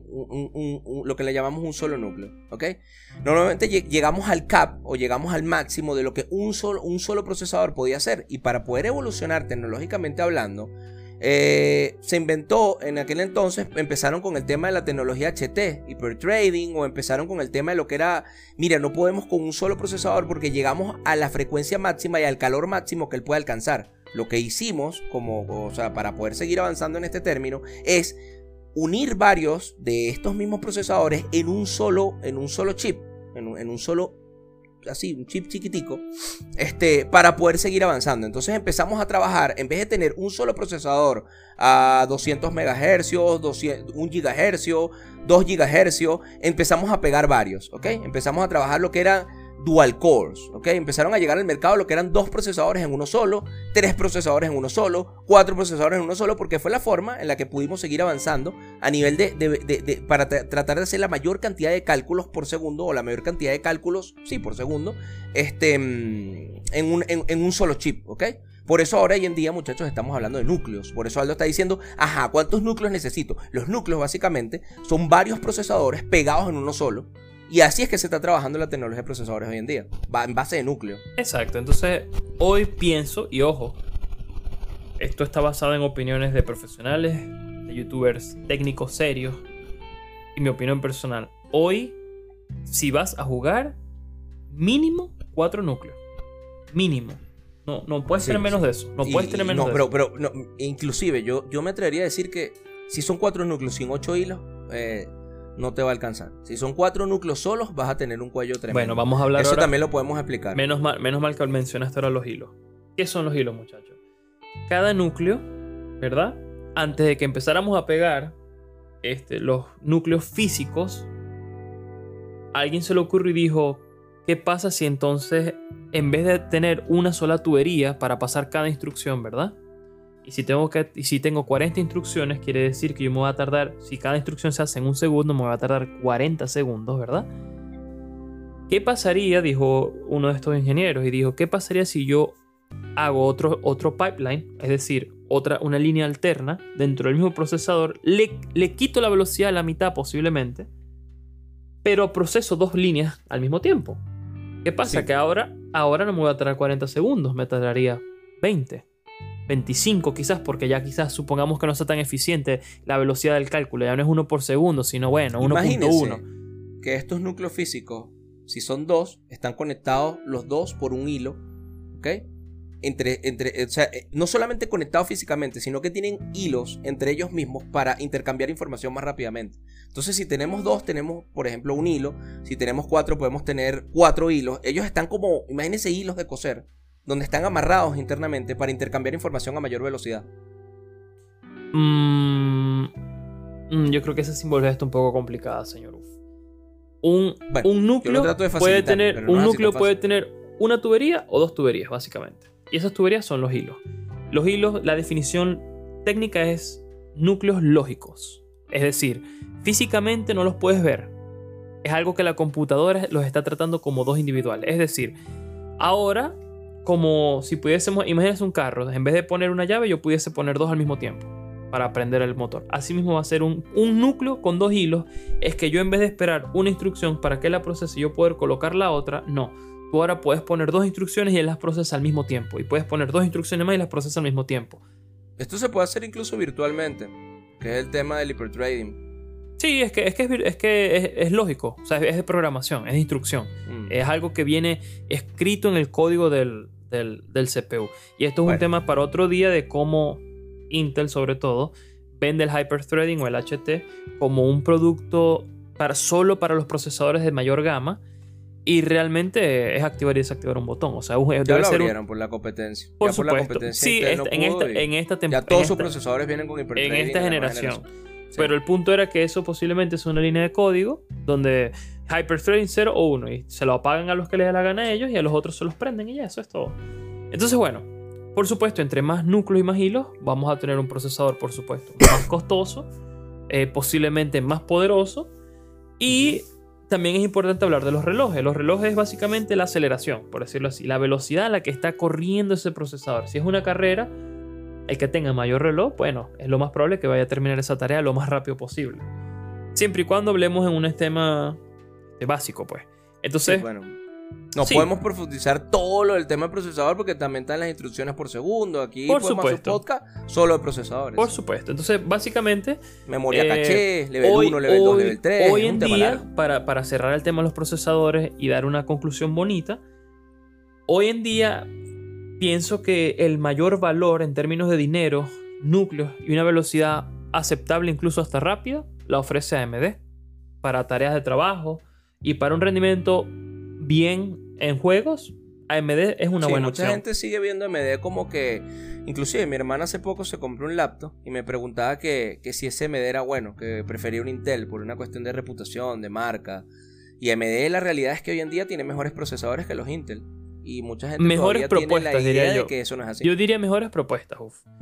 lo que le llamamos un solo núcleo, ¿ok? Normalmente llegamos al cap o llegamos al máximo de lo que un solo procesador podía hacer. Y para poder evolucionar tecnológicamente hablando, se inventó en aquel entonces, empezaron con el tema de la tecnología HT, hyperthreading, o empezaron con el tema de lo que era, mira, no podemos con un solo procesador porque llegamos a la frecuencia máxima y al calor máximo que él puede alcanzar. Lo que hicimos, para poder seguir avanzando en este término, es unir varios de estos mismos procesadores en un solo chip, en un solo, así, un chip chiquitico, para poder seguir avanzando. Entonces empezamos a trabajar, en vez de tener un solo procesador a 200 MHz, 1 GHz, 2 GHz, empezamos a pegar varios, ¿ok? Empezamos a trabajar lo que era dual cores, ¿ok? Empezaron a llegar al mercado lo que eran 2 procesadores en uno solo, 3 procesadores en uno solo, 4 procesadores en uno solo, porque fue la forma en la que pudimos seguir avanzando a nivel para tratar de hacer la mayor cantidad de cálculos por segundo, o la mayor cantidad de cálculos, sí, por segundo, en un solo chip, ¿ok? Por eso ahora, hoy en día, muchachos, estamos hablando de núcleos. Por eso Aldo está diciendo, ajá, ¿cuántos núcleos necesito? Los núcleos, básicamente, son varios procesadores pegados en uno solo. Y así es que se está trabajando la tecnología de procesadores hoy en día. Va en base de núcleo. Exacto. Entonces, hoy pienso, y ojo, esto está basado en opiniones de profesionales, de youtubers técnicos serios, y mi opinión personal. Hoy, si vas a jugar, mínimo 4 núcleos. Mínimo. No puedes tener menos de eso. No puedes tener menos de eso. Pero inclusive yo me atrevería a decir que si son 4 núcleos sin 8 hilos, no te va a alcanzar. Si son 4 núcleos solos, vas a tener un cuello tremendo. Bueno, vamos a hablar eso ahora. También lo podemos explicar. Menos mal que mencionaste ahora los hilos. ¿Qué son los hilos, muchachos? Cada núcleo, ¿verdad? Antes de que empezáramos a pegar los núcleos físicos, a alguien se le ocurrió y dijo, ¿qué pasa si entonces, en vez de tener una sola tubería para pasar cada instrucción, ¿verdad? Y si tengo 40 instrucciones, quiere decir que yo me voy a tardar, si cada instrucción se hace en un segundo, me va a tardar 40 segundos, ¿verdad? ¿Qué pasaría? Dijo uno de estos ingenieros, y dijo, ¿qué pasaría si yo hago otro pipeline? Es decir, una línea alterna dentro del mismo procesador, le quito la velocidad a la mitad posiblemente, pero proceso 2 líneas al mismo tiempo. ¿Qué pasa? Sí. Que ahora no me voy a tardar 40 segundos, me tardaría 20, 25 quizás, porque ya quizás supongamos que no sea tan eficiente la velocidad del cálculo, ya no es 1 por segundo, sino bueno, 1.1. Que estos núcleos físicos, si son 2, están conectados los 2 por un hilo, ¿ok? O sea, no solamente conectados físicamente, sino que tienen hilos entre ellos mismos para intercambiar información más rápidamente. Entonces, si tenemos 2, tenemos, por ejemplo, un hilo. Si tenemos 4, podemos tener 4 hilos. Ellos están como, imagínense, hilos de coser, donde están amarrados internamente para intercambiar información a mayor velocidad. Yo creo que esa simbología está un poco complicada, señor Uf. Un núcleo puede tener una tubería o 2 tuberías, básicamente. Y esas tuberías son los hilos. Los hilos, la definición técnica es núcleos lógicos. Es decir, físicamente no los puedes ver. Es algo que la computadora los está tratando como 2 individuales. Es decir, ahora, como si pudiésemos, imagínense un carro, en vez de poner una llave, yo pudiese poner 2 al mismo tiempo para prender el motor. Así mismo va a ser un núcleo con 2 hilos. Es que yo, en vez de esperar una instrucción para que la procese y yo poder colocar la otra, no. Tú ahora puedes poner 2 instrucciones y él las procesa al mismo tiempo. Y puedes poner 2 instrucciones más y las procesa al mismo tiempo. Esto se puede hacer incluso virtualmente, que es el tema del hiperthreading. Sí, es que es lógico. O sea, es de programación, es de instrucción. Es algo que viene escrito en el código del CPU. Y esto es un tema para otro día, de cómo Intel, sobre todo, vende el hyperthreading o el HT como un producto solo para los procesadores de mayor gama. Y realmente es activar y desactivar un botón. O sea, ya lo abrieron por la competencia. Por supuesto. Por la competencia sí, en esta temporada. Ya todos sus procesadores vienen con hiperthreading. En esta generación. Sí. Pero el punto era que eso posiblemente es una línea de código donde hyperthreading 0 o 1. Y se lo apagan a los que les da la gana a ellos y a los otros se los prenden y ya, eso es todo. Entonces, bueno, por supuesto, entre más núcleos y más hilos, vamos a tener un procesador, por supuesto, más costoso, posiblemente más poderoso. Y también es importante hablar de los relojes. Los relojes es básicamente la aceleración, por decirlo así, la velocidad a la que está corriendo ese procesador. Si es una carrera, el que tenga mayor reloj, bueno, es lo más probable que vaya a terminar esa tarea lo más rápido posible. Siempre y cuando hablemos en un tema básico, pues. Entonces, sí, bueno, no podemos profundizar todo lo del tema del procesador porque también están las instrucciones por segundo. Aquí podemos hacer un podcast solo de procesadores. Por supuesto. Entonces, básicamente, memoria caché, level 1, level 2, level 3. Hoy en día, para cerrar el tema de los procesadores y dar una conclusión bonita, hoy en día pienso que el mayor valor en términos de dinero, núcleos y una velocidad aceptable, incluso hasta rápida, la ofrece AMD para tareas de trabajo y para un rendimiento bien en juegos. AMD es una buena opción. Mucha gente sigue viendo AMD como que, inclusive mi hermana hace poco se compró un laptop y me preguntaba que si ese AMD era bueno, que prefería un Intel por una cuestión de reputación, de marca. Y AMD la realidad es que hoy en día tiene mejores procesadores que los Intel. Y mucha gente mejores todavía tiene la propuestas, idea diría yo. de que eso no es así. Yo diría mejores propuestas,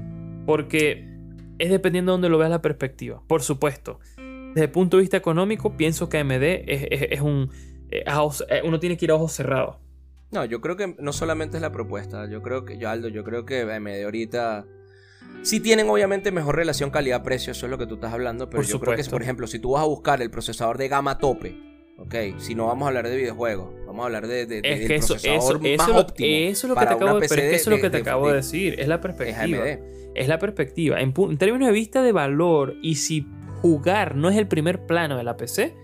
porque es dependiendo de donde lo veas la perspectiva. Por supuesto, desde el punto de vista económico, pienso que AMD es un... uno tiene que ir a ojos cerrados. No, yo creo que no solamente es la propuesta. Yo creo que AMD ahorita sí tienen obviamente mejor relación calidad-precio. Eso es lo que tú estás hablando. Pero yo creo que, por ejemplo, si tú vas a buscar el procesador de gama tope, ok, si no vamos a hablar de videojuegos, vamos a hablar del procesador más óptimo. Eso es lo que te acabo de, pero es que eso es lo que te acabo de decir. Es la perspectiva. Es la perspectiva. En términos de vista de valor, y si jugar no es el primer plano de la PC,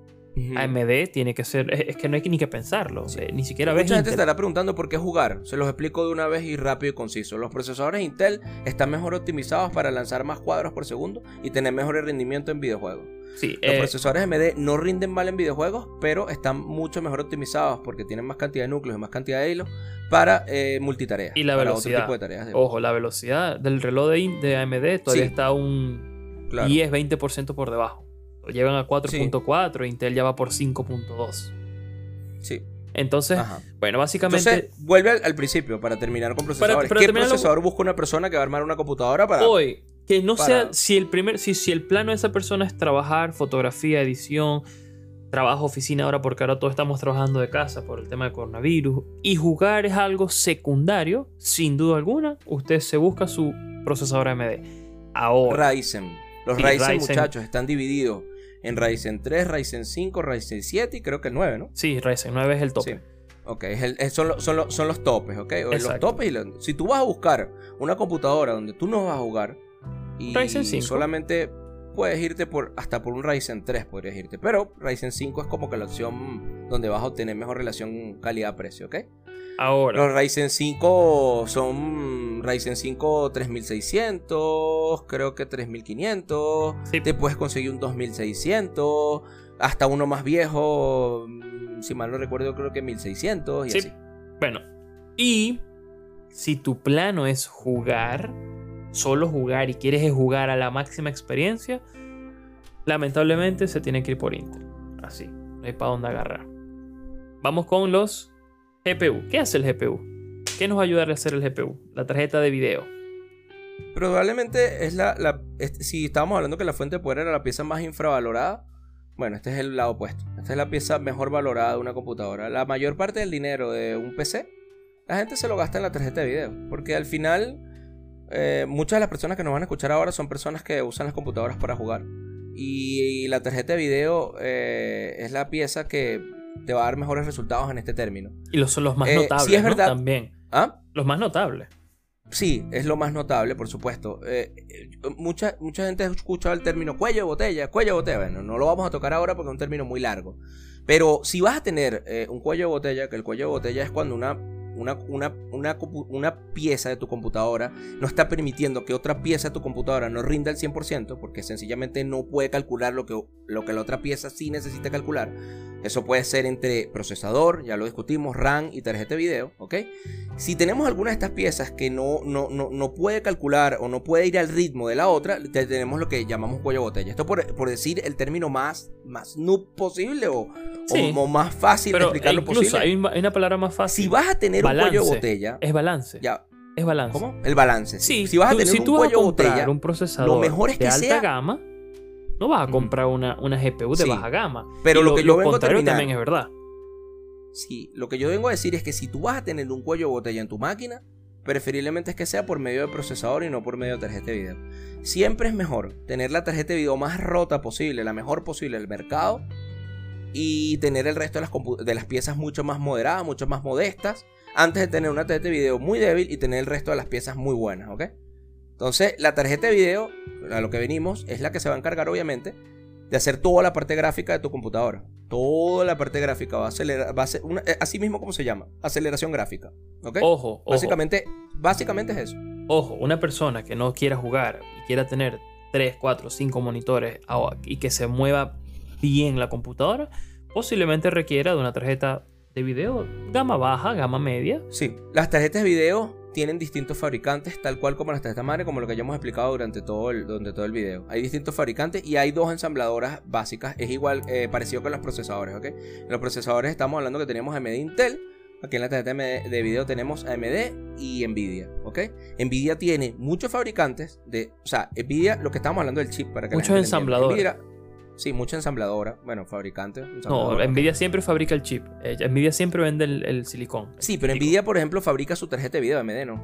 AMD tiene que ser... Es que no hay ni que pensarlo. Sí. Ni siquiera ves. Mucha gente estará preguntando por qué jugar. Se los explico de una vez y rápido y conciso. Los procesadores Intel están mejor optimizados para lanzar más cuadros por segundo y tener mejor rendimiento en videojuegos. Sí, los procesadores AMD no rinden mal en videojuegos, pero están mucho mejor optimizados porque tienen más cantidad de núcleos y más cantidad de hilos para multitareas. Y la velocidad. Otro tipo de tareas. Ojo, la velocidad del reloj de AMD todavía está un 10-20% por debajo. Lo llevan a 4.4, Intel ya va por 5.2. Sí. Entonces, bueno, básicamente... Entonces, vuelve al principio para terminar con procesadores. ¿Qué procesador busca una persona que va a armar una computadora para...? Hoy, que no sea... Si el plano de esa persona es trabajar, fotografía, edición, trabajo, oficina ahora, porque ahora todos estamos trabajando de casa por el tema del coronavirus, y jugar es algo secundario, sin duda alguna, usted se busca su procesador AMD. Ahora... Ryzen. Los Ryzen, muchachos, están divididos en Ryzen 3, Ryzen 5, Ryzen 7 y creo que el 9, ¿no? Sí, Ryzen 9 es el tope. Sí. Ok, son los topes, ¿ok? Los topes si tú vas a buscar una computadora donde tú no vas a jugar y Ryzen 5. solamente puedes irte hasta por un Ryzen 3 podrías irte, pero Ryzen 5 es como que la opción donde vas a obtener mejor relación calidad-precio, ¿ok? Ahora, los Ryzen 5 son Ryzen 5 3600, creo que 3500. Sí. Te puedes conseguir un 2600, hasta uno más viejo, si mal no recuerdo, creo que 1600 y sí. Así. Bueno, y si tu plano es jugar, solo jugar y quieres jugar a la máxima experiencia, lamentablemente se tiene que ir por Intel. Así, no hay para dónde agarrar. Vamos con los GPU. ¿Qué hace el GPU? ¿Qué nos va a ayudar a hacer el GPU? La tarjeta de video. Probablemente es si estábamos hablando que la fuente de poder era la pieza más infravalorada, bueno, este es el lado opuesto. Esta es la pieza mejor valorada de una computadora. La mayor parte del dinero de un PC, la gente se lo gasta en la tarjeta de video. Porque al final, muchas de las personas que nos van a escuchar ahora son personas que usan las computadoras para jugar. Y la tarjeta de video es la pieza que te va a dar mejores resultados en este término. Y son los más notables, sí, es verdad. ¿no? También. ¿Ah? Los más notables. Sí, es lo más notable, por supuesto. Mucha gente ha escuchado el término cuello de botella. Bueno, no lo vamos a tocar ahora porque es un término muy largo. Pero si vas a tener un cuello de botella, que el cuello de botella es cuando una pieza de tu computadora no está permitiendo que otra pieza de tu computadora no rinda al 100% porque sencillamente no puede calcular lo que la otra pieza sí necesita calcular. Eso puede ser entre procesador, ya lo discutimos, RAM y tarjeta de video, ¿ok? Si tenemos alguna de estas piezas que no puede calcular o no puede ir al ritmo de la otra, tenemos lo que llamamos cuello de botella. Esto por decir el término más noob posible o más fácil de explicarlo posible. Hay una palabra más fácil. Si vas a tener balance, un cuello de botella... Es balance. Ya. Es balance. ¿Cómo? El balance. Sí. Si vas a tener un cuello de botella, un procesador lo mejor es que de alta sea... gama, no vas a comprar una GPU de baja gama. Pero lo que yo vengo a terminar también es verdad. Sí, lo que yo vengo a decir es que si tú vas a tener un cuello de botella en tu máquina, preferiblemente es que sea por medio de procesador y no por medio de tarjeta de video. Siempre es mejor tener la tarjeta de video más rota posible, la mejor posible del mercado, y tener el resto de las piezas mucho más moderadas, mucho más modestas, antes de tener una tarjeta de video muy débil y tener el resto de las piezas muy buenas, ¿ok? Entonces, la tarjeta de video, a lo que venimos, es la que se va a encargar, obviamente, de hacer toda la parte gráfica de tu computadora. Toda la parte gráfica va a acelerar, así mismo como se llama, aceleración gráfica, ¿ok? Ojo. Básicamente es eso. Ojo, una persona que no quiera jugar y quiera tener 3, 4, 5 monitores y que se mueva bien la computadora, posiblemente requiera de una tarjeta de video gama baja, gama media. Sí, las tarjetas de video tienen distintos fabricantes, tal cual como las tarjetas madre, como lo que ya hemos explicado durante todo el video. Hay distintos fabricantes y hay dos ensambladoras básicas. Es igual, parecido con los procesadores, ¿ok? En los procesadores estamos hablando que tenemos AMD Intel. Aquí en la tarjeta de video tenemos AMD y Nvidia, ¿ok? Nvidia tiene muchos fabricantes o sea, Nvidia, lo que estamos hablando del chip, para que muchos ensambladores. Sí, mucha ensambladora, bueno, fabricantes. No, Nvidia siempre fabrica el chip. Nvidia siempre vende el silicón. Sí, pero Nvidia, por ejemplo, fabrica su tarjeta de video, AMD no.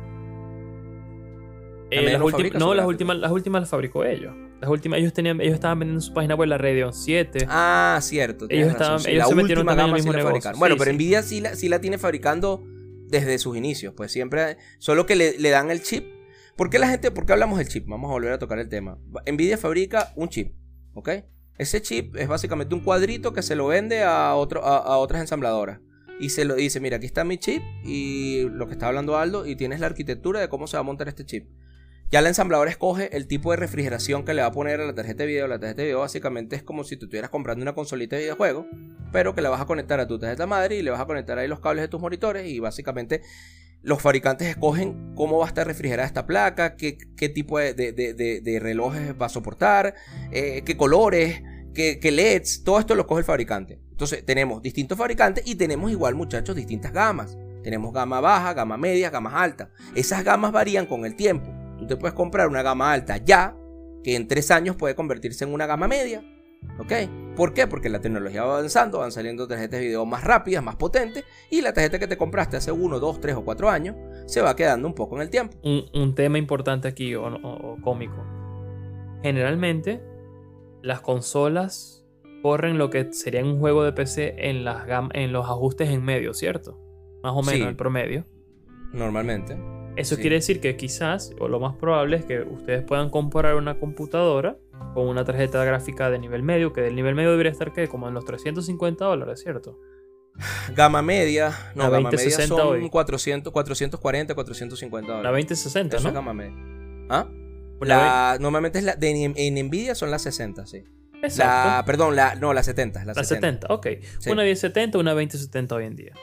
Las últimas las fabricó ellos. Ellos estaban vendiendo en su página web la Radeon 7. Ah, cierto. Ellos se metieron también en el mismo negocio. Bueno, pero Nvidia sí la tiene fabricando desde sus inicios. Pues siempre, solo que le dan el chip. ¿Por qué hablamos del chip? Vamos a volver a tocar el tema. Nvidia fabrica un chip, ¿ok? Ese chip es básicamente un cuadrito que se lo vende a otras ensambladoras. Y se lo dice, mira, aquí está mi chip y lo que está hablando Aldo, y tienes la arquitectura de cómo se va a montar este chip. Ya la ensambladora escoge el tipo de refrigeración que le va a poner a la tarjeta de video. La tarjeta de video básicamente es como si tú estuvieras comprando una consolita de videojuego, pero que la vas a conectar a tu tarjeta madre y le vas a conectar ahí los cables de tus monitores, y básicamente los fabricantes escogen cómo va a estar refrigerada esta placa, qué tipo de relojes va a soportar, qué colores, qué LEDs, todo esto lo coge el fabricante. Entonces tenemos distintos fabricantes y tenemos igual, muchachos, distintas gamas. Tenemos gama baja, gama media, gamas altas. Esas gamas varían con el tiempo. Tú te puedes comprar una gama alta ya, que en 3 años puede convertirse en una gama media. ¿Ok? ¿Por qué? Porque la tecnología va avanzando, van saliendo tarjetas de video más rápidas, más potentes, y la tarjeta que te compraste hace 1, 2, 3 o 4 años se va quedando un poco en el tiempo. Un tema importante aquí, o cómico. Generalmente, las consolas corren lo que sería un juego de PC en los ajustes en medio, ¿cierto? Más o menos, sí, el promedio. Normalmente. Eso quiere decir que quizás, o lo más probable es que ustedes puedan comprar una computadora con una tarjeta gráfica de nivel medio, que del nivel medio debería estar, ¿qué? Como en los $350, ¿cierto? Gama media, no, gama media son hoy. 440, $450. La 2060, eso, ¿no? Es gama media. ¿Ah? Normalmente es en Nvidia son las 60, sí. Exacto. Las 70. Las 70, ok. Sí. Una 1070, una 2070 hoy en día.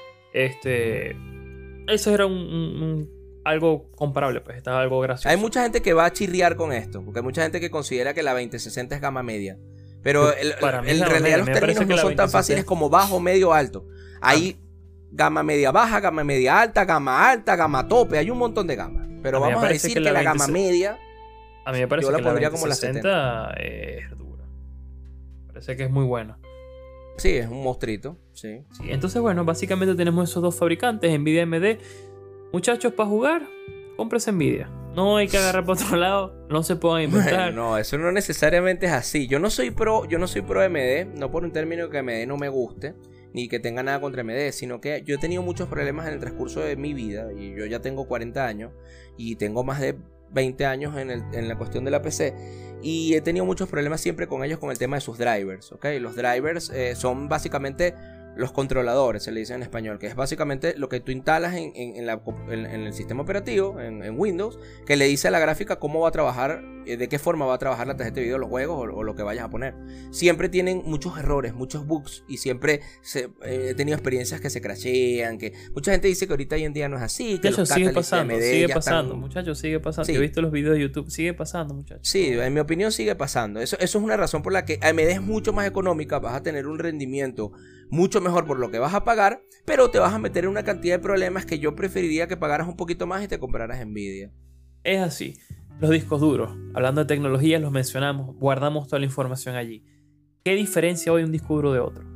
Eso era algo comparable, pues estaba algo gracioso. Hay mucha gente que va a chirriar con esto, porque hay mucha gente que considera que la 2060 es gama media. Pero en realidad los términos no son tan fáciles como bajo, medio, alto. Hay gama media baja, gama media alta, gama tope, hay un montón de gamas. Pero vamos a decir que la gama media, a mí me parece yo la que pondría la como la 70. Es dura. Parece que es muy buena. Sí, es un monstruito, sí. Entonces, bueno, básicamente tenemos esos dos fabricantes, Nvidia y AMD. Muchachos, para jugar, cómprese Nvidia. No hay que agarrar para otro lado, no se puedan inventar. No, eso no necesariamente es así. Yo no soy pro AMD, no por un término que AMD no me guste, ni que tenga nada contra AMD, sino que yo he tenido muchos problemas en el transcurso de mi vida, y yo ya tengo 40 años, y tengo más de 20 años en la cuestión de la PC, y he tenido muchos problemas siempre con ellos con el tema de sus drivers, ¿ok? Los drivers son básicamente los controladores, se le dice en español, que es básicamente lo que tú instalas en el sistema operativo, en Windows, que le dice a la gráfica cómo va a trabajar, de qué forma va a trabajar la tarjeta de video, los juegos o lo que vayas a poner. Siempre tienen muchos errores, muchos bugs, y siempre he tenido experiencias que se crashean, que mucha gente dice que ahorita hoy en día no es así, que los sigue pasando, muchachos, sigue pasando. Sí. Yo he visto los videos de YouTube, sigue pasando, muchachos. Sí, en mi opinión sigue pasando. Eso es una razón por la que AMD es mucho más económica, vas a tener un rendimiento mucho mejor por lo que vas a pagar, pero te vas a meter en una cantidad de problemas que yo preferiría que pagaras un poquito más y te compraras Nvidia. Es así. Los discos duros, hablando de tecnología, los mencionamos, guardamos toda la información allí. ¿Qué diferencia hoy un disco duro de otro?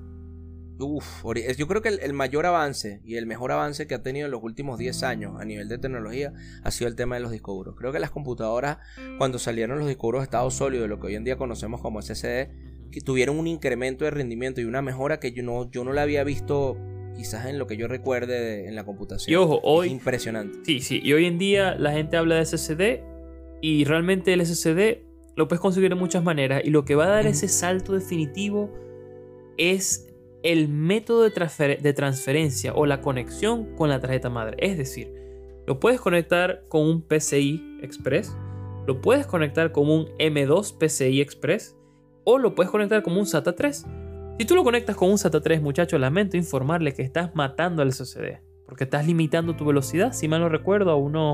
Yo creo que el mayor avance y el mejor avance que ha tenido en los últimos 10 años a nivel de tecnología ha sido el tema de los discos duros. Creo que las computadoras, cuando salieron los discos duros de estado sólido, lo que hoy en día conocemos como SSD, que tuvieron un incremento de rendimiento y una mejora que yo no la había visto quizás en lo que yo recuerde en la computación. Y ojo, hoy es impresionante. Sí, y hoy en día la gente habla de SSD y realmente el SSD lo puedes conseguir de muchas maneras, y lo que va a dar ese salto definitivo es el método de transferencia o la conexión con la tarjeta madre. Es decir, lo puedes conectar con un PCI Express, lo puedes conectar con un M2 PCI Express, o lo puedes conectar como un SATA 3. Si tú lo conectas con un SATA 3, muchachos, lamento informarle que estás matando al SSD. porque estás limitando tu velocidad, si mal no recuerdo,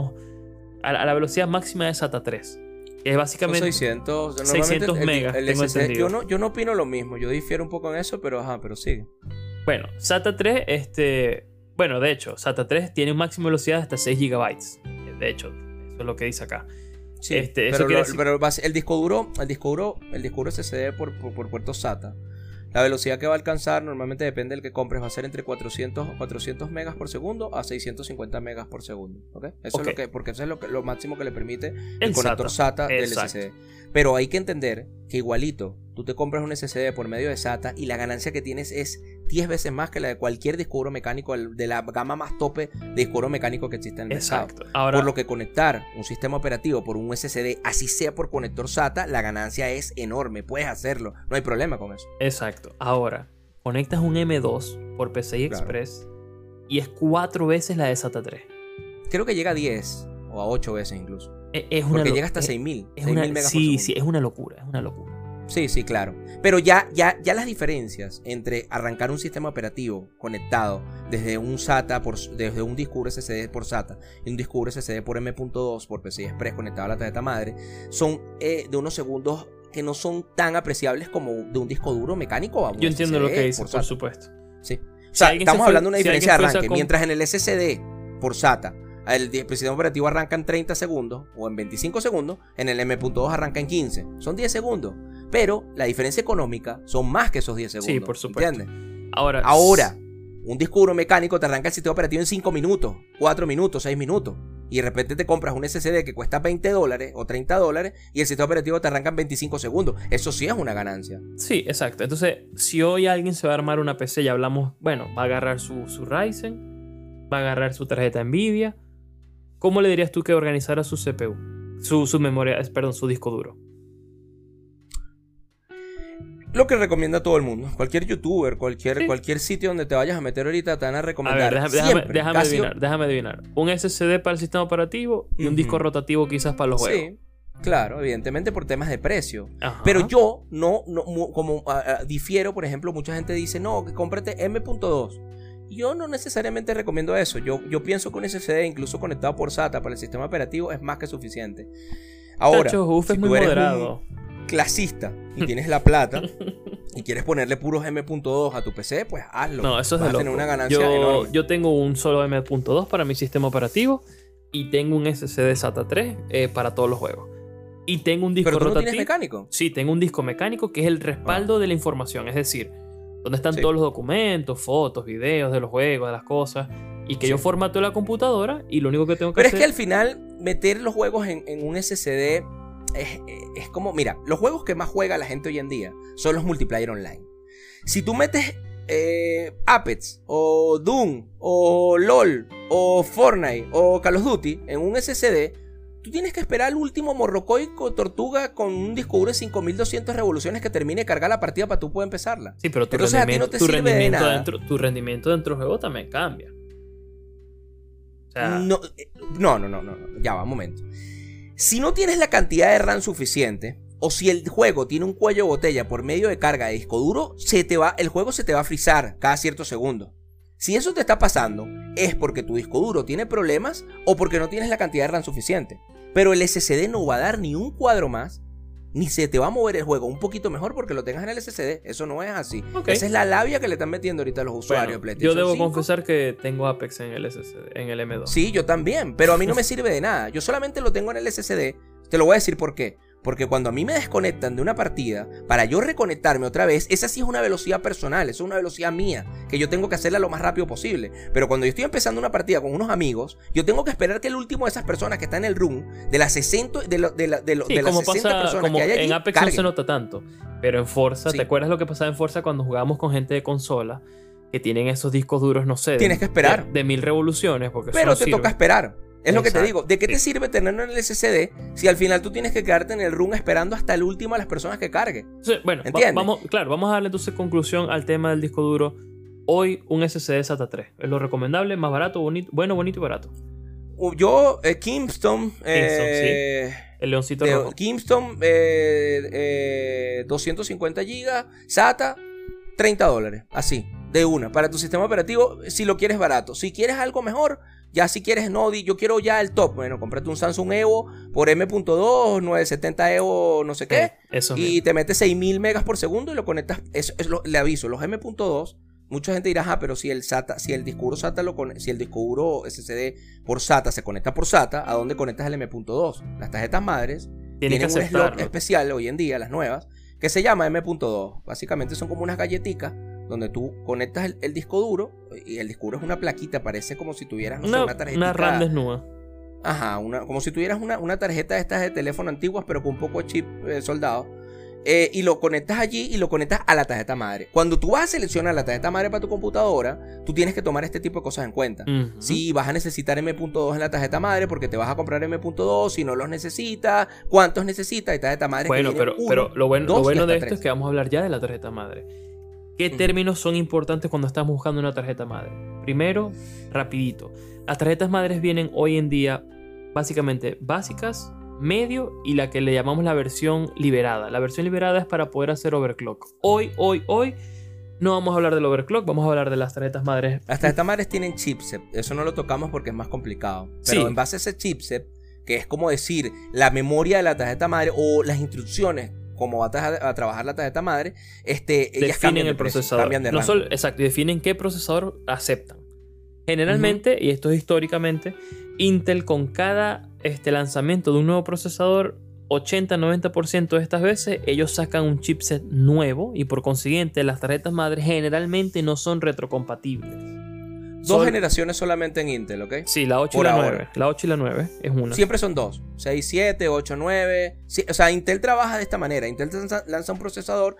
a la velocidad máxima de SATA 3. Que es básicamente 600 megas. El SSD, yo no opino lo mismo, yo difiero un poco en eso, pero sigue. Bueno, SATA 3, bueno, de hecho, SATA 3 tiene un máximo de velocidad de hasta 6 GB. De hecho, eso es lo que dice acá. Sí, pero el disco duro SSD por puerto SATA, la velocidad que va a alcanzar normalmente depende del que compres, va a ser entre 400 megas por segundo a 650 megas por segundo, ¿okay? Eso es porque eso es lo máximo que le permite el conector SATA del SSD. Pero hay que entender que igualito, tú te compras un SSD por medio de SATA y la ganancia que tienes es 10 veces más que la de cualquier disco duro mecánico de la gama más tope de disco duro mecánico que existe en el mercado. Ahora, por lo que conectar un sistema operativo por un SSD, así sea por conector SATA, la ganancia es enorme. Puedes hacerlo, no hay problema con eso. Exacto. Ahora, conectas un M2 por PCI Express y es 4 veces la de SATA 3. Creo que llega a 10 o a 8 veces incluso. Porque llega hasta 6000 megas por segundo. Sí, es una locura. Sí, claro. Pero ya las diferencias entre arrancar un sistema operativo conectado desde un SATA desde un disco duro SSD por SATA y un disco duro SSD por M.2 por PCI Express conectado a la tarjeta madre son de unos segundos que no son tan apreciables como de un disco duro mecánico a un Yo entiendo SSD lo que dices, por supuesto. Sí. O sea, estamos hablando de una diferencia de arranque. Mientras en el SSD por SATA el sistema operativo arranca en 30 segundos o en 25 segundos, en el M.2 arranca en 15. Son 10 segundos. Pero la diferencia económica son más que esos 10 segundos. Sí, por supuesto. ¿Entiendes? Ahora, un disco duro mecánico te arranca el sistema operativo en 5 minutos, 4 minutos, 6 minutos. Y de repente te compras un SSD que cuesta $20 o $30 y el sistema operativo te arranca en 25 segundos. Eso sí es una ganancia. Sí, exacto. Entonces, si hoy alguien se va a armar una PC, ya hablamos, bueno, va a agarrar su Ryzen, va a agarrar su tarjeta Nvidia. ¿Cómo le dirías tú que organizara su CPU? Su memoria, perdón, su disco duro. Lo que recomienda todo el mundo. Cualquier youtuber, cualquier sitio donde te vayas a meter ahorita te van a recomendar. A ver, déjame adivinar. Un SSD para el sistema operativo y un disco rotativo quizás para los juegos. Sí, claro, evidentemente por temas de precio. Ajá. Pero yo como difiero, por ejemplo, mucha gente dice, no, que cómprate M.2. Yo no necesariamente recomiendo eso. Yo pienso que un SSD, incluso conectado por SATA para el sistema operativo, es más que suficiente. Ahora, si es muy moderado. Clasista y tienes la plata y quieres ponerle puros M.2 a tu PC, pues hazlo. No, eso es de loco. Tener una ganancia enorme. Yo tengo un solo M.2 para mi sistema operativo y tengo un SSD SATA 3 para todos los juegos. Y tengo un disco rotativo. ¿Pero tú no tienes mecánico? Sí, tengo un disco mecánico que es el respaldo de la información, es decir, donde están todos los documentos, fotos, videos de los juegos, de las cosas, y que yo formateo la computadora y lo único que tengo que hacer... Pero es que al final meter los juegos en un SSD es como... Mira, los juegos que más juega la gente hoy en día son los multiplayer online. Si tú metes Apex o Doom o LOL o Fortnite o Call of Duty en un SSD, tú tienes que esperar al último morrocoico tortuga con un disco duro de 5200 revoluciones que termine de cargar la partida para tú poder empezarla. Sí, pero tu rendimiento dentro del juego también cambia. O sea... No, ya va, un momento. Si no tienes la cantidad de RAM suficiente, o si el juego tiene un cuello de botella por medio de carga de disco duro, el juego se te va a frizar cada cierto segundo. Si eso te está pasando, es porque tu disco duro tiene problemas o porque no tienes la cantidad de RAM suficiente. Pero el SSD no va a dar ni un cuadro más, ni se te va a mover el juego un poquito mejor porque lo tengas en el SSD. Eso no es así. Okay. Esa es la labia que le están metiendo ahorita los usuarios. Bueno, yo debo confesar que tengo Apex en el SSD, en el M2. Sí, yo también, pero a mí no me sirve de nada. Yo solamente lo tengo en el SSD. Te lo voy a decir por qué. Porque cuando a mí me desconectan de una partida, para yo reconectarme otra vez, esa sí es una velocidad personal, esa es una velocidad mía, que yo tengo que hacerla lo más rápido posible. Pero cuando yo estoy empezando una partida con unos amigos, yo tengo que esperar que el último de esas personas que está en el room, de las 60, de las 60 personas que hay allí, en Apex carguen. No se nota tanto, pero en Forza, ¿te acuerdas lo que pasaba en Forza cuando jugábamos con gente de consola? Que tienen esos discos duros, no sé, tienes que esperar de 1000 revoluciones, porque pero eso te toca esperar. Es lo que te digo. ¿De qué te sirve tenerlo en el SSD si al final tú tienes que quedarte en el room esperando hasta el último a las personas que cargue? Sí, bueno, vamos a darle entonces conclusión al tema del disco duro. Hoy un SSD SATA 3 es lo recomendable, más barato, bonito y barato. Yo, Kingston, sí. El leoncito rojo. Kingston, 250 GB, SATA, $30. Así. De una, para tu sistema operativo, si lo quieres barato. Si quieres algo mejor, ya si quieres, no, yo quiero ya el top. Bueno, cómprate un Samsung Evo por M.2, 970 Evo, no sé qué. Eso y mismo. te metes 6000 megas por segundo y lo conectas. Le aviso, los M.2, mucha gente dirá, pero si el disco duro si el disco duro SSD por SATA se conecta por SATA, ¿a dónde conectas el M.2? Las tarjetas madres tienen un slot especial hoy en día, las nuevas, que se llama M.2. Básicamente son como unas galletitas donde tú conectas el disco duro, y el disco duro es una plaquita, parece como si tuvieras una tarjetita. Una RAM desnuda. Ajá, como si tuvieras una tarjeta de estas de teléfono antiguas, pero con un poco de chip soldado. Y lo conectas allí y lo conectas a la tarjeta madre. Cuando tú vas a seleccionar la tarjeta madre para tu computadora, tú tienes que tomar este tipo de cosas en cuenta. Si vas a necesitar M.2 en la tarjeta madre porque te vas a comprar M.2, si no los necesitas, cuántos necesitas, y tarjeta madre. Bueno, pero lo bueno de esto es que vamos a hablar ya de la tarjeta madre. ¿Qué términos son importantes cuando estamos buscando una tarjeta madre? Primero, rapidito. Las tarjetas madres vienen hoy en día básicamente básicas, medio y la que le llamamos la versión liberada. La versión liberada es para poder hacer overclock. Hoy no vamos a hablar del overclock, vamos a hablar de las tarjetas madres. Las tarjetas madres tienen chipset, eso no lo tocamos porque es más complicado. Pero en base a ese chipset, que es como decir la memoria de la tarjeta madre o las instrucciones como va a trabajar la tarjeta madre, ellas definen el procesador. Cambian de rango. Exacto, definen qué procesador aceptan. Generalmente, y esto es históricamente, Intel con cada lanzamiento de un nuevo procesador, 80-90% de estas veces ellos sacan un chipset nuevo y por consiguiente las tarjetas madres generalmente no son retrocompatibles. Dos generaciones solamente en Intel, ¿ok? Sí, la 8 y la 9. La 8 y la 9 es una. Siempre son dos. 6, 7, 8, 9. Sí, o sea, Intel trabaja de esta manera. Intel lanza un procesador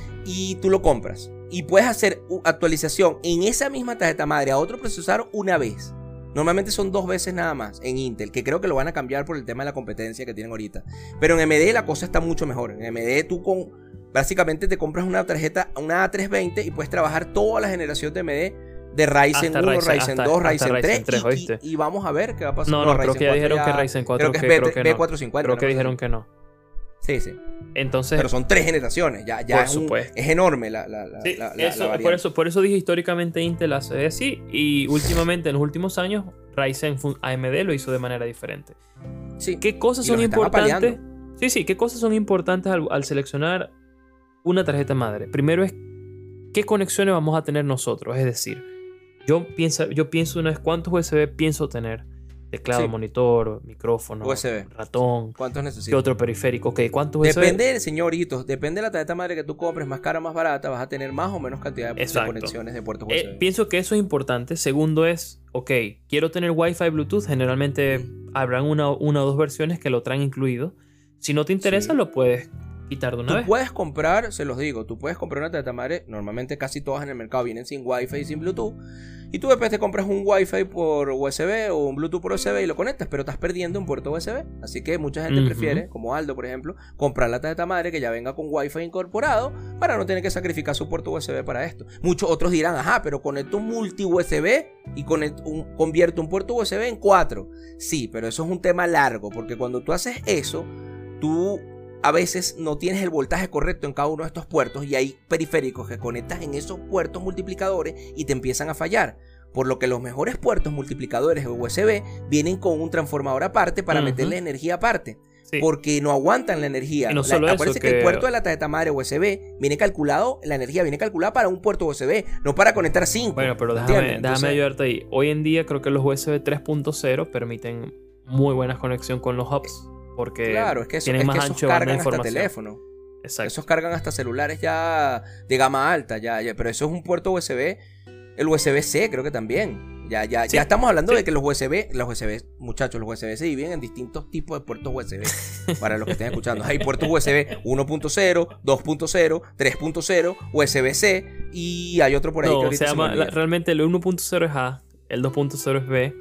y tú lo compras. Y puedes hacer actualización en esa misma tarjeta madre a otro procesador una vez. Normalmente son 2 veces nada más en Intel, que creo que lo van a cambiar por el tema de la competencia que tienen ahorita. Pero en AMD la cosa está mucho mejor. En AMD tú básicamente te compras una tarjeta, una A320 y puedes trabajar toda la generación de AMD. De Ryzen 1, Ryzen 2, Ryzen 3 y vamos a ver qué va a pasar. No, creo que ya dijeron que Ryzen 4 creo que es B450. Creo que dijeron que no. Sí. Entonces, pero son 3 generaciones, ya es enorme la variante. Por eso dije históricamente Intel hace así y últimamente en los últimos años Ryzen AMD lo hizo de manera diferente. Sí. ¿Qué cosas son importantes? Sí, ¿qué cosas son importantes al seleccionar una tarjeta madre? Primero es qué conexiones vamos a tener nosotros, es decir, yo pienso una vez cuántos USB pienso tener. Teclado, monitor, micrófono, USB. Ratón. ¿Cuántos necesitas? ¿Qué otro periférico? Okay, ¿cuántos USB? Depende, señoritos, depende de la tarjeta madre que tú compres, más cara o más barata, vas a tener más o menos cantidad de conexiones de puertos USB. Pienso que eso es importante. Segundo es, quiero tener Wi-Fi Bluetooth. Generalmente habrán una o dos versiones que lo traen incluido. Si no te interesa, lo puedes quitar de una vez. Tú puedes comprar, se los digo, tú puedes comprar una tarjeta madre. Normalmente casi todas en el mercado vienen sin Wi-Fi y sin Bluetooth. Y tú después te compras un Wi-Fi por USB o un Bluetooth por USB y lo conectas, pero estás perdiendo un puerto USB. Así que mucha gente prefiere, como Aldo por ejemplo, comprar la tarjeta madre que ya venga con Wi-Fi incorporado para no tener que sacrificar su puerto USB para esto. Muchos otros dirán, pero conecto un multi-USB y convierto un puerto USB en 4. Sí, pero eso es un tema largo, porque cuando tú haces eso, tú a veces no tienes el voltaje correcto en cada uno de estos puertos y hay periféricos que conectas en esos puertos multiplicadores y te empiezan a fallar. Por lo que los mejores puertos multiplicadores de USB vienen con un transformador aparte para meterle energía aparte. Sí. Porque no aguantan la energía. Y no solo acuérdense que el puerto de la tarjeta madre USB viene calculado, la energía viene calculada para un puerto USB, no para conectar 5. Bueno, pero déjame ayudarte ahí. Hoy en día creo que los USB 3.0 permiten muy buena conexión con los hubs. Porque claro, es que tienen más ancho de banda de información. Hasta teléfono. Exacto. Esos cargan hasta celulares ya de gama alta, pero eso es un puerto USB. El USB-C creo que también. Ya estamos hablando de que los USB, muchachos, los USB se dividen en distintos tipos de puertos USB. Para los que estén escuchando. Hay puertos USB 1.0, 2.0, 3.0, USB-C y hay otro por ahí que ahorita se me olvida. Realmente el 1.0 es A, el 2.0 es B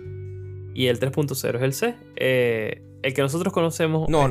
y el 3.0 es el C. El que nosotros conocemos. No.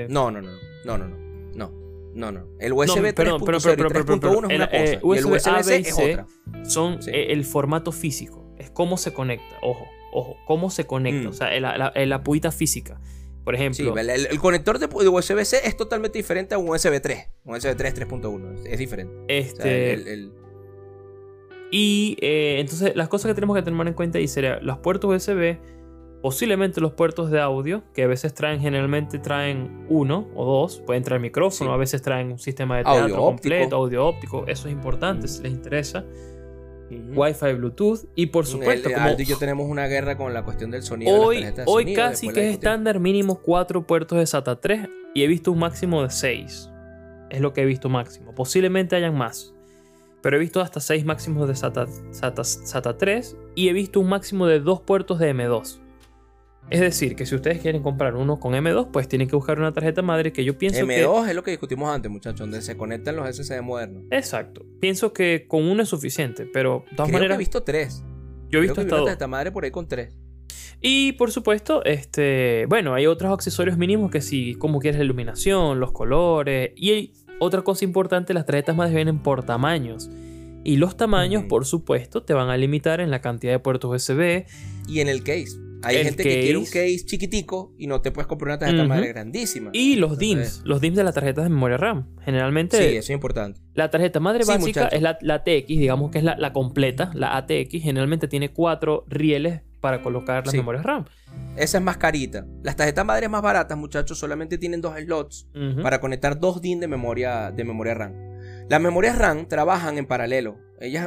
El USB 3.0 y 3.1 es una cosa. USB y el USB-C es otra. Son el formato físico. Es cómo se conecta. Ojo. Cómo se conecta. O sea, la puita física. Por ejemplo. Sí, el conector de USB-C es totalmente diferente a un USB 3. Un USB 3 3.1. Es diferente. Y entonces las cosas que tenemos que tener en cuenta ahí serían los puertos USB, posiblemente los puertos de audio, que a veces generalmente traen uno o dos, pueden traer micrófono, Sí. a veces traen un sistema de teatro Audio completo, óptico. audio óptico, eso es importante si les interesa. Ujú. Wi-Fi, Bluetooth y por supuesto, como Aldo y yo tenemos una guerra con la cuestión del sonido. de las hoy tarjetas de sonido, casi después que la es discutimos. estándar mínimo 4 puertos de SATA 3 y he visto un máximo de 6. Es lo que he visto máximo. Posiblemente hayan más. Pero he visto hasta 6 máximos de SATA 3 y he visto un máximo de 2 puertos de M2. Es decir, que si ustedes quieren comprar uno con M2, pues tienen que buscar una tarjeta madre que yo pienso que... M2 es lo que discutimos antes, muchachos, donde se conectan los SSD modernos. Exacto. Pienso que con uno es suficiente, pero de todas Creo que maneras... he visto 3. Yo he visto Creo que vi hasta una 2. tarjeta madre por ahí con 3. Y por supuesto, bueno, hay otros accesorios mínimos que si, como quieres la iluminación, los colores. Y hay otra cosa importante, las tarjetas madres vienen por tamaños. Y los tamaños, por supuesto, te van a limitar en la cantidad de puertos USB. Y en el case. Hay El gente que quiere un case. case chiquitico y no te puedes comprar una tarjeta Ujú. madre grandísima. Y los Entonces, DIMMs, los DIMMs de las tarjetas de memoria RAM. Generalmente, Sí, eso es importante. la tarjeta madre Sí, básica muchacho. es la ATX, digamos que es la completa, la ATX. Generalmente tiene 4 rieles para colocar las Sí. memorias RAM. Esa es más carita. Las tarjetas madres más baratas, muchachos, solamente tienen 2 slots Ujú. para conectar 2 DIN de memoria RAM. Las memorias RAM trabajan en paralelo. Ellas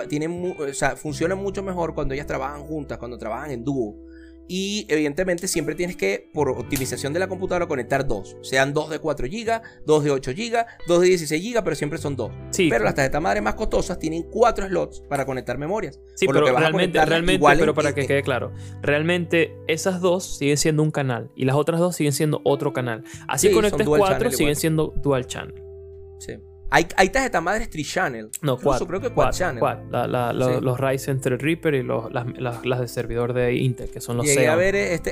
funcionan mucho mejor cuando ellas trabajan juntas, cuando trabajan en dúo. Y evidentemente siempre tienes que, por optimización de la computadora, conectar 2. Sean 2 de 4 GB, 2 de 8 GB, 2 de 16 GB, pero siempre son 2. Sí. Pero las tarjetas madres más costosas tienen 4 slots para conectar memorias. Sí, por lo pero que vas a realmente, conectarlas igual pero en- para que quede claro, realmente esas dos siguen siendo un canal y las otras dos siguen siendo otro canal. Así Sí, son conectes dual 4, channel siguen igual. siendo dual channel. Sí. Hay tarjetas madres tri-channel. No, Incluso 4. creo que quad channel. Los, Sí. los Ryzen Threadripper y las de servidor de Intel, que son los Llegué a Xeon. ver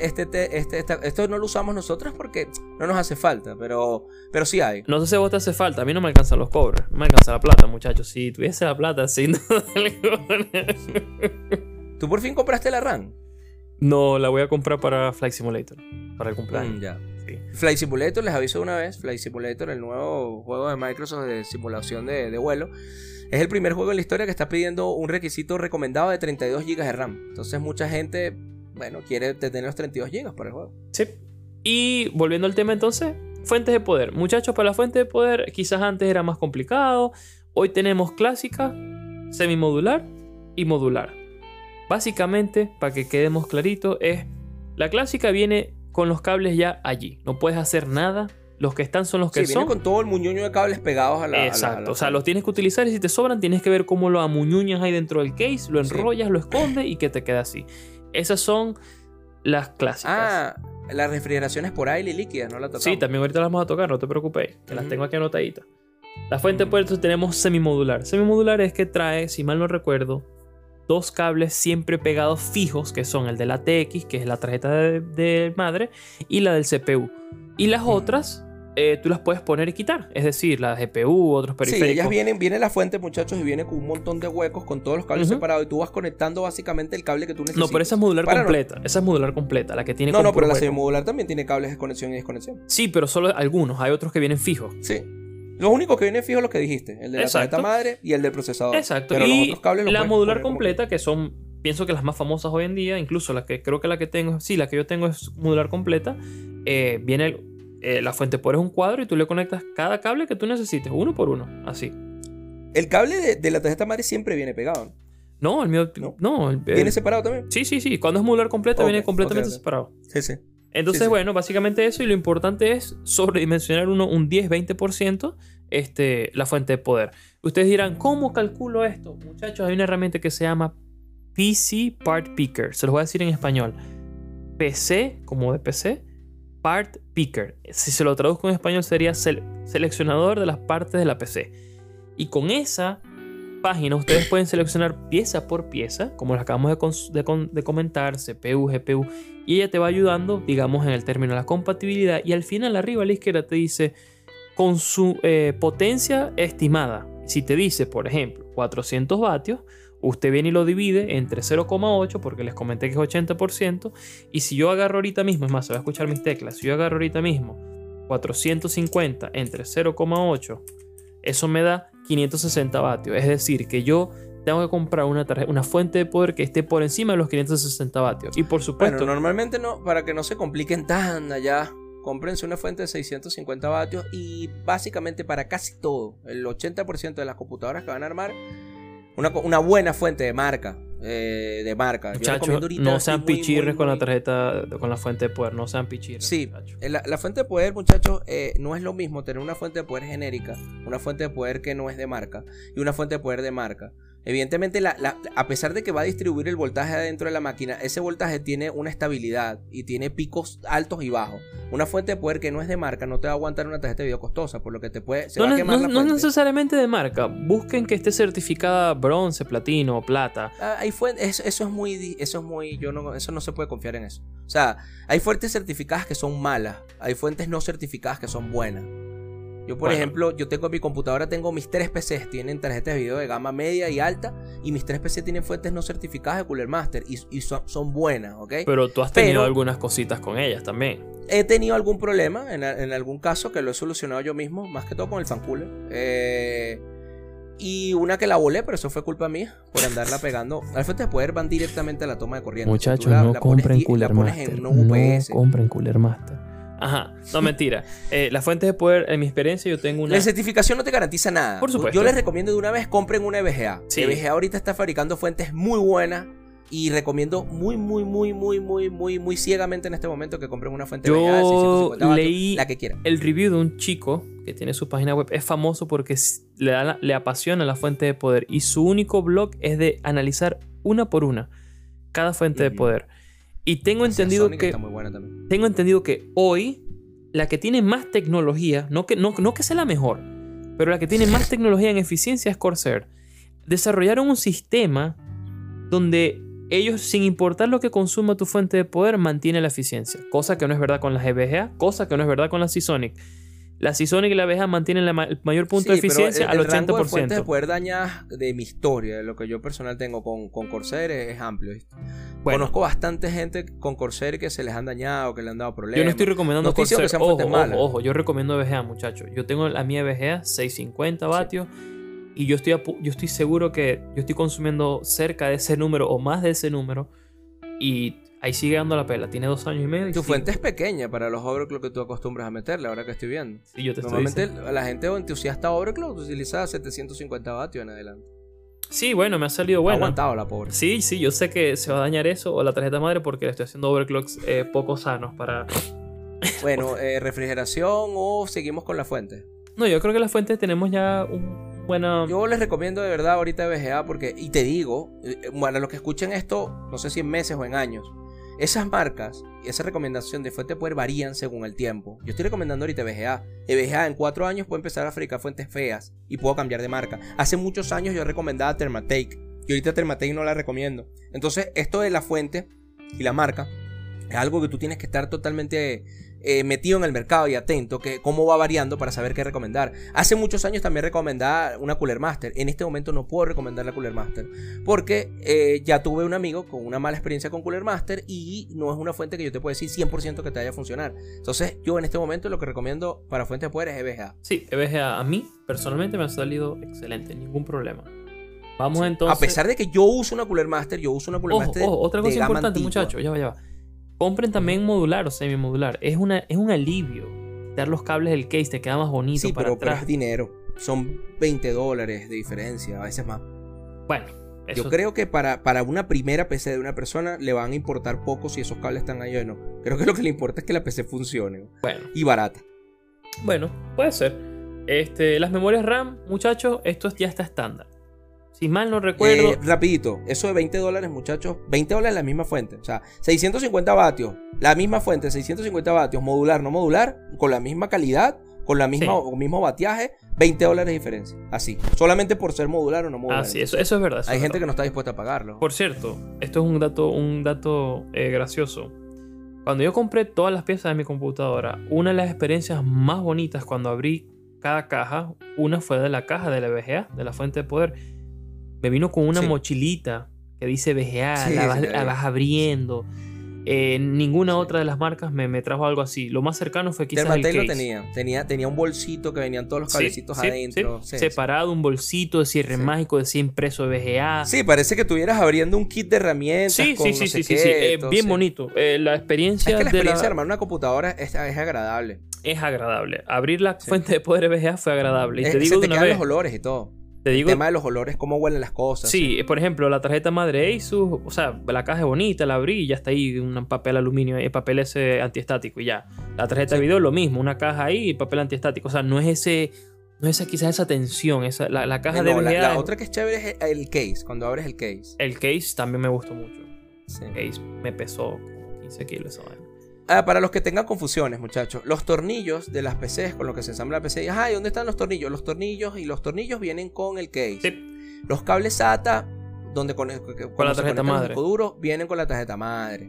esto no lo usamos nosotros porque no nos hace falta, pero sí hay. No sé si a vos te hace falta, a mí no me alcanzan los cobres, no me alcanza la plata, muchachos. Si tuviese la plata, sin duda alguna. ¿Tú por fin compraste la RAM? No, la voy a comprar para Flight Simulator, para el cumpleaños. Ya. Sí. Flight Simulator, les aviso una vez, Flight Simulator, el nuevo juego de Microsoft de simulación de vuelo, es el primer juego en la historia que está pidiendo un requisito recomendado de 32 GB de RAM. Entonces mucha gente, bueno, quiere tener los 32 GB para el juego. Sí. Y volviendo al tema entonces, fuentes de poder. Muchachos, para la fuente de poder quizás antes era más complicado. Hoy tenemos clásica, semimodular y modular. Básicamente, para que quedemos clarito, es la clásica viene con los cables ya allí. No puedes hacer nada. Los que están son los que Sí, son. viene con todo el muñoño de cables pegados a la... Exacto, o sea, los tienes que utilizar y si te sobran tienes que ver cómo lo amuñuñas ahí dentro del case, lo Sí. enrollas, lo escondes y que te quede así. Esas son las clásicas. Ah, las refrigeraciones por aire y líquidas, no la tocamos. Sí, también ahorita las vamos a tocar, no te preocupes, que las Ujú. tengo aquí anotaditas. La fuente de poder entonces tenemos semimodular. Semimodular es que trae, si mal no recuerdo, 2 cables siempre pegados fijos, que son el de la TX, que es la tarjeta de madre, y la del CPU. Y las otras, tú las puedes poner y quitar. Es decir, la GPU, otros Sí, periféricos. ellas viene la fuente, muchachos, y viene con un montón de huecos con todos los cables Ujú. separados y tú vas conectando básicamente el cable que tú necesitas. No, pero esa es modular Para no- completa. Esa es modular completa, la que tiene No, como no, pero puro la hueco. semimodular también tiene cables de conexión y desconexión. Sí, pero solo algunos. Hay otros que vienen fijos. Sí. Los únicos que vienen fijos los que dijiste, el de la Exacto. tarjeta madre y el del procesador. Exacto. Pero los Y otros cables los la puedes modular poner como completa, que son, pienso que las más famosas hoy en día, incluso la que creo que la que tengo, sí, la que yo tengo es modular completa. Viene la fuente de poder es un cuadro y tú le conectas cada cable que tú necesites, uno por uno, así. El cable de la tarjeta madre siempre viene pegado. No, el mío, No. no. ¿Viene separado también? Sí. Cuando es modular completa Ok, viene completamente ok. separado. Sí, sí. Entonces, Sí, sí. bueno, básicamente eso. Y lo importante es sobredimensionar un 10-20% la fuente de poder. Ustedes dirán, ¿cómo calculo esto? Muchachos, hay una herramienta que se llama PC Part Picker. Se los voy a decir en español. PC, como de PC, Part Picker. Si se lo traduzco en español sería seleccionador de las partes de la PC. Y con esa página ustedes pueden seleccionar pieza por pieza, como les acabamos de comentar, CPU, GPU, y ella te va ayudando, digamos, en el término de la compatibilidad. Y al final, arriba a la izquierda te dice con su potencia estimada. Si te dice, por ejemplo, 400 vatios, usted viene y lo divide entre 0,8, porque les comenté que es 80%. Y si yo agarro ahorita mismo, es más, se va a escuchar mis teclas, si yo agarro ahorita mismo 450 entre 0,8, eso me da 560 vatios. Es decir, que yo tengo que comprar una fuente de poder que esté por encima de los 560 vatios. Y por supuesto... Bueno, normalmente no, para que no se compliquen tan allá, cómprense una fuente de 650 vatios y básicamente para casi todo, el 80% de las computadoras que van a armar, una buena fuente de marca. Muchachos, no sean pichirres con la tarjeta, con la fuente de poder, no sean pichirres. Sí, la fuente de poder, muchachos, no es lo mismo tener una fuente de poder genérica, una fuente de poder que no es de marca y una fuente de poder de marca. Evidentemente, a pesar de que va a distribuir el voltaje adentro de la máquina, ese voltaje tiene una estabilidad y tiene picos altos y bajos. Una fuente de poder que no es de marca no te va a aguantar una tarjeta de video costosa, por lo que se va a quemar la fuente. No es necesariamente de marca. Busquen que esté certificada bronce, platino, plata. Hay fuentes, eso no se puede confiar en eso. O sea, hay fuentes certificadas que son malas, hay fuentes no certificadas que son buenas. Yo, por ejemplo, yo tengo en mi computadora, tengo mis 3 PCs, tienen tarjetas de video de gama media y alta, y mis 3 PCs tienen fuentes no certificadas de Cooler Master, y son buenas, ¿ok? Pero tú has tenido algunas cositas con ellas también. He tenido algún problema, en algún caso, que lo he solucionado yo mismo, más que todo con el fan cooler. Y una que la volé, pero eso fue culpa mía, por andarla pegando. Las fuentes de poder van directamente a la toma de corriente. Muchachos, no compren Cooler Master. No compren Cooler Master. Ajá, no, mentira. Las fuentes de poder, en mi experiencia, yo tengo una... La certificación no te garantiza nada. Por supuesto. Yo les recomiendo de una vez, compren una EVGA. Sí. EVGA ahorita está fabricando fuentes muy buenas. Y recomiendo muy ciegamente en este momento que compren una fuente EVGA de 650 vatios, leí la que quieran. el review de un chico que tiene su página web. Es famoso porque le apasiona la fuente de poder. Y su único blog es de analizar una por una cada fuente de poder. Y tengo entendido que hoy la que tiene más tecnología, no que sea la mejor, pero la que tiene más tecnología en eficiencia es Corsair. Desarrollaron un sistema donde ellos, sin importar lo que consuma tu fuente de poder, mantiene la eficiencia. Cosa que no es verdad con las EVGA, cosa que no es verdad con la Seasonic. La Seasonic y la EVGA mantienen el mayor punto de eficiencia al 80%. El rango de fuentes de poder dañadas de mi historia, de lo que yo personal tengo con Corsair, es amplio, ¿viste? Bueno, conozco bastante gente con Corsair que se les han dañado, que le han dado problemas. Yo no estoy recomendando Corsair. Ojo, yo recomiendo EVGA, muchachos. Yo tengo la mía EVGA, 650 vatios. Sí. Y yo estoy seguro que yo estoy consumiendo cerca de ese número o más de ese número. Y ahí sigue dando la pela. Tiene 2 años y medio. Tu fuente es pequeña para los overclock que tú acostumbras a meterle, ahora que estoy viendo. Sí, yo te Normalmente estoy diciendo. la gente entusiasta overclock utiliza 750 vatios en adelante. Sí, bueno, me ha salido bueno. Ha aguantado la pobre. Sí, yo sé que se va a dañar eso o la tarjeta madre porque le estoy haciendo overclocks poco sanos para... Bueno, refrigeración o seguimos con la fuente. No, yo creo que la fuente tenemos ya buena... Yo les recomiendo de verdad ahorita EVGA porque, y te digo, bueno, los que escuchen esto, no sé si en meses o en años, esas marcas y esa recomendación de fuente de poder varían según el tiempo. Yo estoy recomendando ahorita EVGA. EVGA en 4 años puede empezar a fabricar fuentes feas y puedo cambiar de marca. Hace muchos años yo recomendaba Thermatake y ahorita Thermatake no la recomiendo. Entonces esto de la fuente y la marca es algo que tú tienes que estar totalmente metido en el mercado y atento que cómo va variando para saber qué recomendar. Hace muchos años también recomendaba una Cooler Master. En este momento no puedo recomendar la Cooler Master porque ya tuve un amigo con una mala experiencia con Cooler Master y no es una fuente que yo te puedo decir 100% que te vaya a funcionar. Entonces yo en este momento lo que recomiendo para fuentes de poder es EVGA. Sí, EVGA a mí personalmente me ha salido excelente, ningún problema. Vamos entonces... A pesar de que yo uso una Cooler Master, otra cosa importante, antigua. Muchachos, ya va. Compren también modular o semimodular. Es un alivio dar los cables del case, te queda más bonito para atrás. Pero es dinero. Son $20 de diferencia, a veces más. Bueno, yo creo que para una primera PC de una persona le van a importar poco si esos cables están ahí o no. Creo que lo que le importa es que la PC funcione. Bueno. Y barata. Bueno, puede ser. Las memorias RAM, muchachos, esto ya está estándar. Si mal no recuerdo... Rapidito, eso de $20, muchachos, $20 la misma fuente. O sea, 650 vatios, la misma fuente, 650 vatios, modular, no modular, con la misma calidad, con la misma, o mismo bateaje, $20 de diferencia. Así, solamente por ser modular o no modular. Sí, eso es verdad. Hay gente que no está dispuesta a pagarlo. Por cierto, esto es un dato gracioso. Cuando yo compré todas las piezas de mi computadora, una de las experiencias más bonitas cuando abrí cada caja, una fue de la caja de la EVGA, de la fuente de poder. Me vino con una mochilita que dice VGA, la vas abriendo. Ninguna otra de las marcas me trajo algo así. Lo más cercano fue quizás el Thermaltake case. lo tenía un bolsito que venían todos los cablecitos adentro. Sí. Separado, un bolsito de cierre mágico, decía impreso de VGA. Sí, parece que estuvieras abriendo un kit de herramientas. Sí. Bien bonito. La experiencia es que la experiencia de armar una computadora es agradable. Es agradable. Abrir la fuente de poder VGA fue agradable. Y te digo se te de una quedan vez, los olores y todo. el tema de los olores, cómo huelen las cosas. Sí, por ejemplo, la tarjeta madre Asus, o sea, la caja es bonita, la abrí y ya está ahí un papel aluminio, papel ese antiestático y ya. La tarjeta de video lo mismo, una caja ahí y papel antiestático. O sea, no es quizás esa tensión, la caja de VGA. La otra que es chévere es el case, cuando abres el case. El case también me gustó mucho. Sí. El case me pesó como 15 kilos esa vaina. Para los que tengan confusiones, muchachos, los tornillos de las PCs con los que se ensambla la PC, ¿y dónde están los tornillos? Los tornillos vienen con el case. Sí. Los cables SATA, con la tarjeta madre. Disco duro, vienen con la tarjeta madre.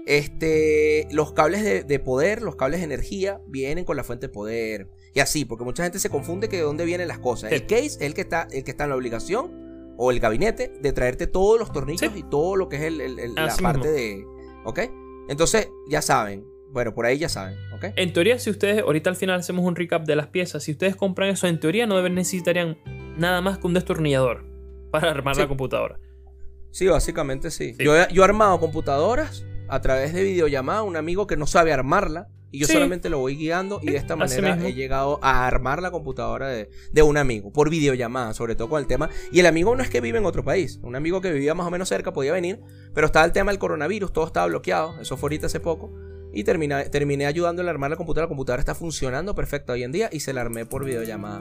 Los cables de poder, los cables de energía, vienen con la fuente de poder. Y así, porque mucha gente se confunde que de dónde vienen las cosas. Sí. El case es el que está en la obligación, o el gabinete, de traerte todos los tornillos y todo lo que es la parte de... ¿Ok? Entonces, ya saben. Bueno, por ahí ya saben, ¿ok? En teoría, si ustedes, ahorita al final hacemos un recap de las piezas, si ustedes compran eso, en teoría no necesitarían nada más que un destornillador para armar la computadora. Sí, básicamente sí. Yo he armado computadoras a través de videollamada, un amigo que no sabe armarla, y yo solamente lo voy guiando, y de esta manera he llegado a armar la computadora de un amigo, por videollamada, sobre todo con el tema. Y el amigo no es que vive en otro país, un amigo que vivía más o menos cerca podía venir, pero estaba el tema del coronavirus, todo estaba bloqueado, eso fue ahorita hace poco, y terminé ayudándole a armar la computadora está funcionando perfecta hoy en día, y se la armé por videollamada.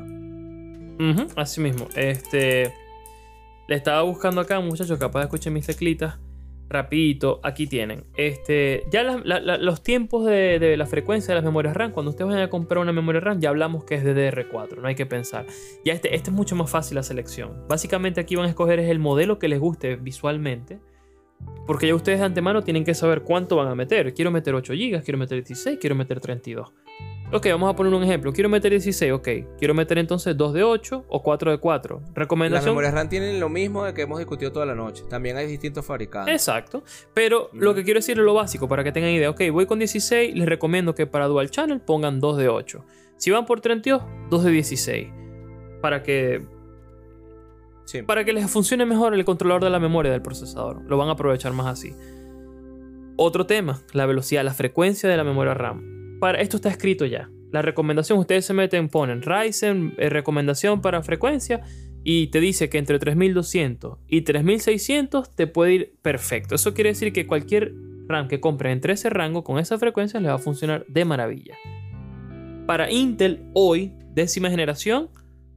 Así mismo, le estaba buscando acá, muchachos, capaz de escuchar mis teclitas. Rapidito, aquí tienen. Ya los tiempos de la frecuencia de las memorias RAM, cuando ustedes vayan a comprar una memoria RAM, ya hablamos que es DDR4, no hay que pensar. Ya este es mucho más fácil la selección. Básicamente aquí van a escoger el modelo que les guste visualmente, porque ya ustedes de antemano tienen que saber cuánto van a meter. Quiero meter 8 GB, quiero meter 16, quiero meter 32. Ok, vamos a poner un ejemplo. Quiero meter 16, ok. Quiero meter entonces 2 de 8 o 4 de 4. Recomendación. Las memorias RAM tienen lo mismo de que hemos discutido toda la noche. También hay distintos fabricantes. Exacto. Pero lo que quiero decir es lo básico para que tengan idea. Ok, voy con 16. Les recomiendo que para Dual Channel pongan 2 de 8. Si van por 32, 2 de 16. Para que les funcione mejor el controlador de la memoria del procesador. Lo van a aprovechar más así. Otro tema, la velocidad, la frecuencia de la memoria RAM. Para esto está escrito ya. La recomendación, ustedes se meten, ponen Ryzen, recomendación para frecuencia, y te dice que entre 3200 y 3600 te puede ir perfecto. Eso quiere decir que cualquier RAM que compren entre ese rango con esa frecuencia les va a funcionar de maravilla. Para Intel hoy, 10ª generación,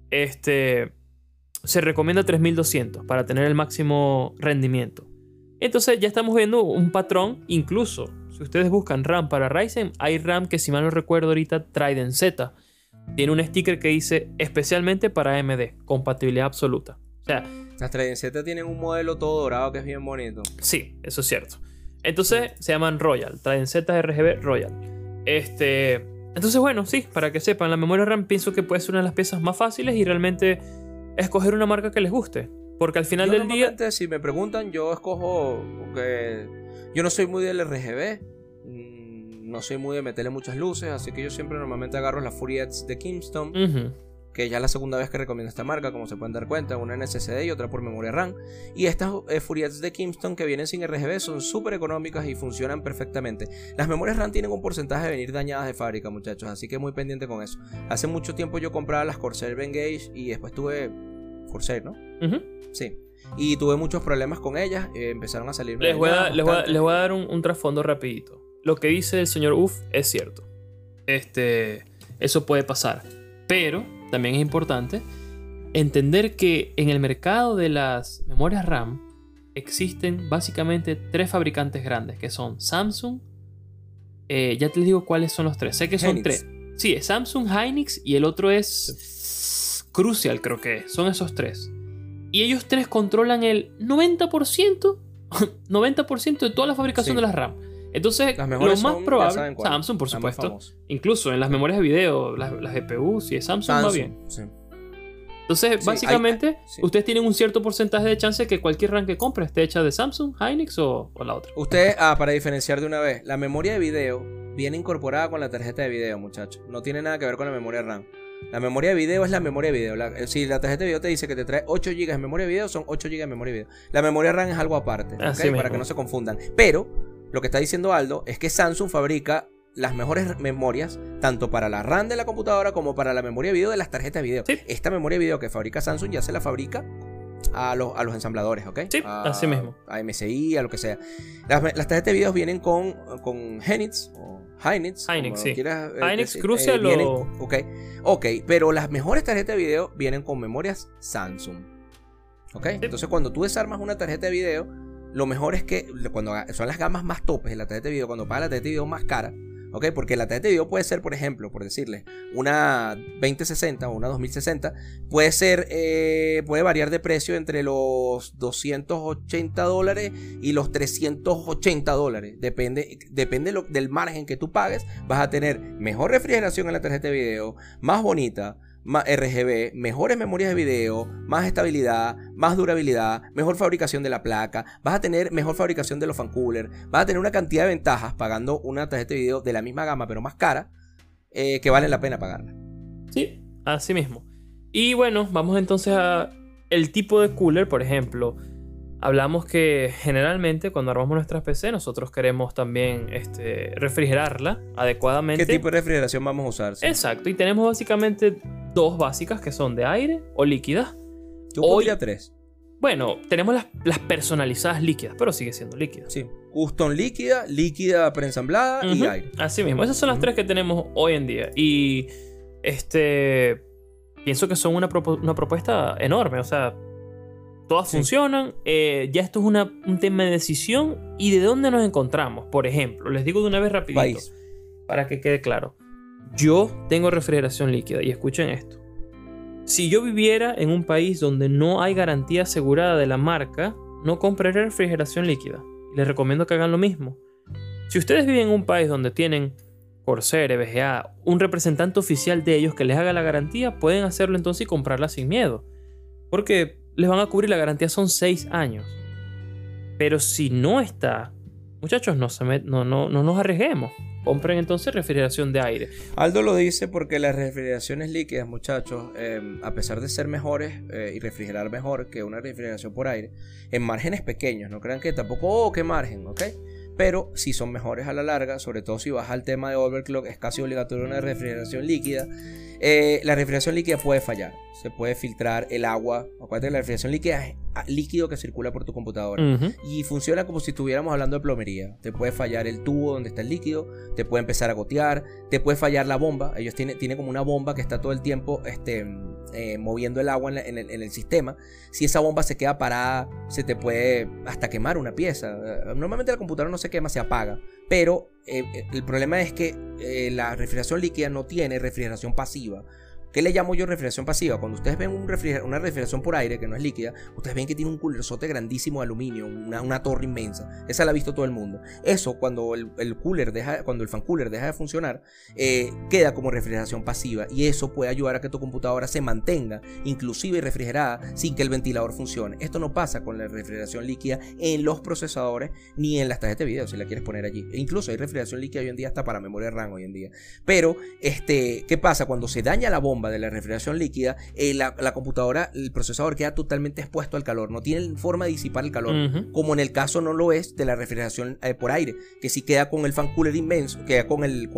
se recomienda 3200 para tener el máximo rendimiento. Entonces ya estamos viendo un patrón. Incluso si ustedes buscan RAM para Ryzen, hay RAM que, si mal no recuerdo ahorita, Trident Z tiene un sticker que dice especialmente para AMD, compatibilidad absoluta. O sea, las Trident Z tienen un modelo todo dorado que es bien bonito. Sí, eso es cierto. Entonces se llaman Royal, Trident Z RGB Royal. Entonces, bueno, sí, para que sepan, la memoria RAM pienso que puede ser una de las piezas más fáciles, y realmente escoger una marca que les guste. Porque al final del día... Si me preguntan, yo escojo... Yo no soy muy del RGB. No soy muy de meterle muchas luces. Así que yo siempre normalmente agarro las Furiats de Kingston. Que ya es la segunda vez que recomiendo esta marca, como se pueden dar cuenta. Una en SSD y otra por memoria RAM. Y estas Furiats de Kingston que vienen sin RGB son súper económicas y funcionan perfectamente. Las memorias RAM tienen un porcentaje de venir dañadas de fábrica, muchachos. Así que muy pendiente con eso. Hace mucho tiempo yo compraba las Corsair Vengeance y después tuve... Corsair, ¿no? Sí. Y tuve muchos problemas con ellas. Empezaron a salirme. Les voy a dar un trasfondo rapidito. Lo que dice el señor Uff es cierto. Eso puede pasar. Pero también es importante entender que en el mercado de las memorias RAM existen básicamente 3 fabricantes grandes, que son Samsung. Ya te digo cuáles son los 3. Sé que son Hynix. 3. Sí, es Samsung, Hynix y el otro es Crucial, creo que son esos 3. Y ellos 3 controlan el 90% de toda la fabricación de las RAM. Entonces, lo más probable, Samsung, por supuesto. Incluso en las memorias de video, las GPU, si es Samsung va bien. Sí. Entonces, básicamente, ustedes tienen un cierto porcentaje de chance que cualquier RAM que compre esté hecha de Samsung, Hynix o la otra. Ustedes, para diferenciar de una vez, la memoria de video viene incorporada con la tarjeta de video, muchachos. No tiene nada que ver con la memoria RAM. La memoria de video es la memoria de video. Si la tarjeta de video te dice que te trae 8 GB de memoria de video, son 8 GB de memoria de video. La memoria RAM es algo aparte, ¿okay? Para que no se confundan. Pero, lo que está diciendo Aldo es que Samsung fabrica las mejores memorias, tanto para la RAM de la computadora como para la memoria de video de las tarjetas de video. Sí. Esta memoria de video que fabrica Samsung ya se la fabrica a los ensambladores, ¿ok? Sí, así mismo. A MSI, a lo que sea. Las tarjetas de video vienen con Hynix o Hynix, sí. Quieras, Hynix Crucial ok, pero las mejores tarjetas de video vienen con memorias Samsung, ¿ok? Sí. Entonces cuando tú desarmas una tarjeta de video, lo mejor es que cuando son las gamas más topes de la tarjeta de video, cuando pagas la tarjeta de video más cara, ¿ok? Porque la tarjeta de video puede ser, por ejemplo, por decirles, una 2060 o una 2060, puede variar de precio entre los $280 y los $380. Depende del margen que tú pagues. Vas a tener mejor refrigeración en la tarjeta de video, más bonita, más RGB, mejores memorias de video, más estabilidad, más durabilidad, mejor fabricación de la placa, vas a tener mejor fabricación de los fan coolers, vas a tener una cantidad de ventajas pagando una tarjeta de video de la misma gama pero más cara, que vale la pena pagarla. Sí, así mismo. Y bueno, vamos entonces a el tipo de cooler. Por ejemplo, hablamos que generalmente cuando armamos nuestras PC nosotros queremos también refrigerarla adecuadamente. ¿Qué tipo de refrigeración vamos a usar? Sí. Exacto, y tenemos básicamente dos básicas que son de aire o líquidas. Yo pondría 3. Bueno, tenemos las personalizadas líquidas, pero sigue siendo líquida. Sí, custom líquida preensamblada y aire. Así mismo, esas son las tres que tenemos hoy en día. Y pienso que son una propuesta enorme, o sea, todas funcionan. Ya esto es un tema de decisión y de dónde nos encontramos. Por ejemplo, les digo de una vez rapidito, para que quede claro. Yo tengo refrigeración líquida y escuchen esto. Si yo viviera en un país donde no hay garantía asegurada de la marca, no compraré refrigeración líquida. Y les recomiendo que hagan lo mismo. Si ustedes viven en un país donde tienen Corsair, VGA, un representante oficial de ellos que les haga la garantía, pueden hacerlo entonces y comprarla sin miedo. Porque les van a cubrir, la garantía son 6 años. Pero si no está, muchachos, no nos arriesguemos. Compren entonces refrigeración de aire. Aldo lo dice porque las refrigeraciones líquidas, muchachos, a pesar de ser mejores y refrigerar mejor que una refrigeración por aire, en márgenes pequeños, no crean que tampoco, qué margen, ¿ok? Pero sí son mejores a la larga, sobre todo si vas al tema de overclock, es casi obligatorio una refrigeración líquida. La refrigeración líquida puede fallar, se puede filtrar el agua. Acuérdate que la refrigeración líquida es líquido que circula por tu computadora y funciona como si estuviéramos hablando de plomería. Te puede fallar el tubo donde está el líquido, te puede empezar a gotear, te puede fallar la bomba. Ellos tienen como una bomba que está todo el tiempo moviendo el agua en el sistema. Si esa bomba se queda parada, se te puede hasta quemar una pieza. Normalmente la computadora no se quema, se apaga, pero el problema es que la refrigeración líquida no tiene refrigeración pasiva. ¿Qué le llamo yo refrigeración pasiva? Cuando ustedes ven una refrigeración por aire que no es líquida, ustedes ven que tiene un coolerzote grandísimo de aluminio, una torre inmensa. Esa la ha visto todo el mundo. Eso, cuando el fan cooler deja de funcionar, queda como refrigeración pasiva, y eso puede ayudar a que tu computadora se mantenga inclusive refrigerada sin que el ventilador funcione. Esto no pasa con la refrigeración líquida en los procesadores ni en las tarjetas de video, si la quieres poner allí. E incluso hay refrigeración líquida hoy en día hasta para memoria RAM hoy en día. Pero, ¿qué pasa? Cuando se daña la bomba de la refrigeración líquida, la computadora, el procesador queda totalmente expuesto al calor, no tiene forma de disipar el calor, como en el caso no lo es de la refrigeración por aire, que sí queda con el fan cooler inmenso, queda con el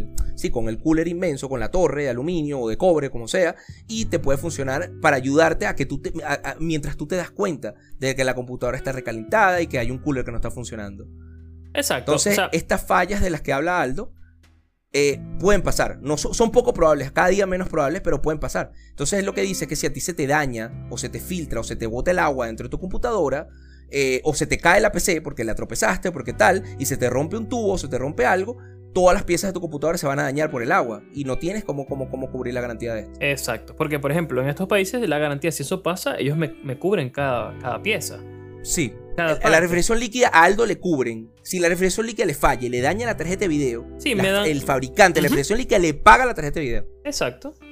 cooler inmenso, con la torre de aluminio o de cobre, como sea, y te puede funcionar para ayudarte a que mientras tú te das cuenta de que la computadora está recalentada y que hay un cooler que no está funcionando. Exacto. Entonces, estas fallas de las que habla Aldo pueden pasar, no son poco probables, cada día menos probables, pero pueden pasar. Entonces es lo que dice, que si a ti se te daña o se te filtra o se te bota el agua dentro de tu computadora, o se te cae la PC porque la tropezaste, porque tal, y se te rompe un tubo o se te rompe algo, todas las piezas de tu computadora se van a dañar por el agua y no tienes cómo cubrir la garantía de esto. Exacto, porque por ejemplo en estos países la garantía, si eso pasa, ellos me cubren cada pieza. Sí. A la refrigeración líquida a Aldo le cubren. Si la refrigeración líquida le falla y le daña la tarjeta de video, sí, el fabricante de la refrigeración líquida le paga la tarjeta de video. Exacto.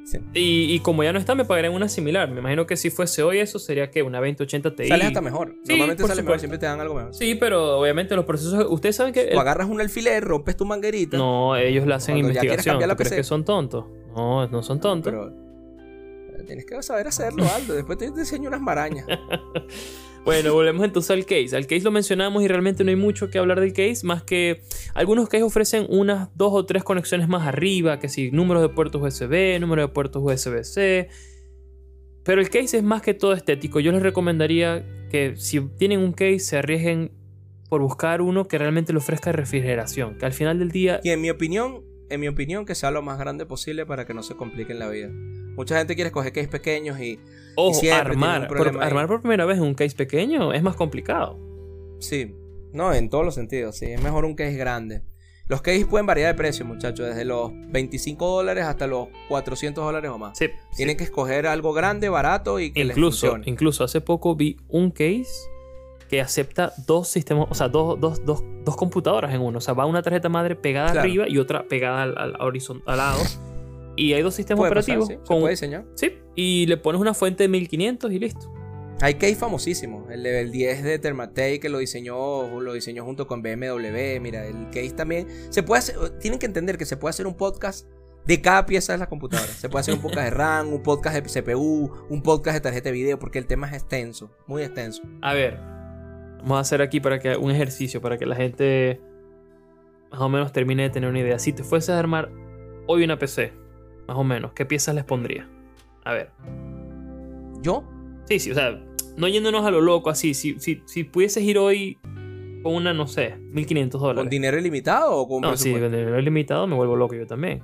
Sí. Y como ya no está, me pagarían una similar. Me imagino que si fuese hoy eso sería que una 2080 Ti. Sales hasta mejor. Sí, Normalmente por sale mejor, supuesto. siempre te dan algo mejor. Sí, pero obviamente los procesos... Ustedes saben que... Tú agarras un alfiler, rompes tu manguerita. No, ellos le hacen Cuando ya quieres investigación. cambiar la ¿Tú crees PC? que son tontos? No, no son tontos. Pero tienes que saber hacerlo, Aldo. Después te enseño unas marañas. Bueno, volvemos entonces al case. Al case lo mencionamos y realmente no hay mucho que hablar del case, más que algunos case ofrecen unas 2 o 3 conexiones más arriba, que si números de puertos USB, números de puertos USB-C. Pero el case es más que todo estético. Yo les recomendaría que si tienen un case se arriesguen por buscar uno que realmente le ofrezca refrigeración, que al final del día... Y en mi opinión, que sea lo más grande posible para que no se compliquen la vida. Mucha gente quiere escoger case pequeños y Ojo, siempre tiene un problema ahí. armar por primera vez un case pequeño es más complicado. Sí, no, en todos los sentidos, sí, es mejor un case grande. Los cases pueden variar de precio, muchachos, desde los $25 hasta los $400 o más. Sí, Tienen que escoger algo grande, barato y que les funcione. Incluso hace poco vi un case que acepta 2 sistemas, o sea, dos computadoras en uno. O sea, va una tarjeta madre pegada Claro. arriba y otra pegada al lado. Y hay 2 sistemas Puede operativos. pasar, sí, se puede diseñar. Sí, y le pones una fuente de 1500 y listo. Hay case famosísimos, el level 10 de Thermaltake que lo diseñó junto con BMW. Mira, el case también se puede hacer. Tienen que entender que se puede hacer un podcast de cada pieza de la computadora. Se puede hacer un podcast de RAM, un podcast de CPU, un podcast de tarjeta de video, porque el tema es extenso, muy extenso. A ver, vamos a hacer aquí un ejercicio para que la gente más o menos termine de tener una idea. Si te fueses a armar hoy una PC, más o menos, ¿qué piezas les pondría? A ver. ¿Yo? Sí, o sea, no yéndonos a lo loco así. Si pudieses ir hoy con una, no sé, $1500. ¿Con dinero ilimitado o con No, sí, presupuesto? con dinero limitado me vuelvo loco yo también.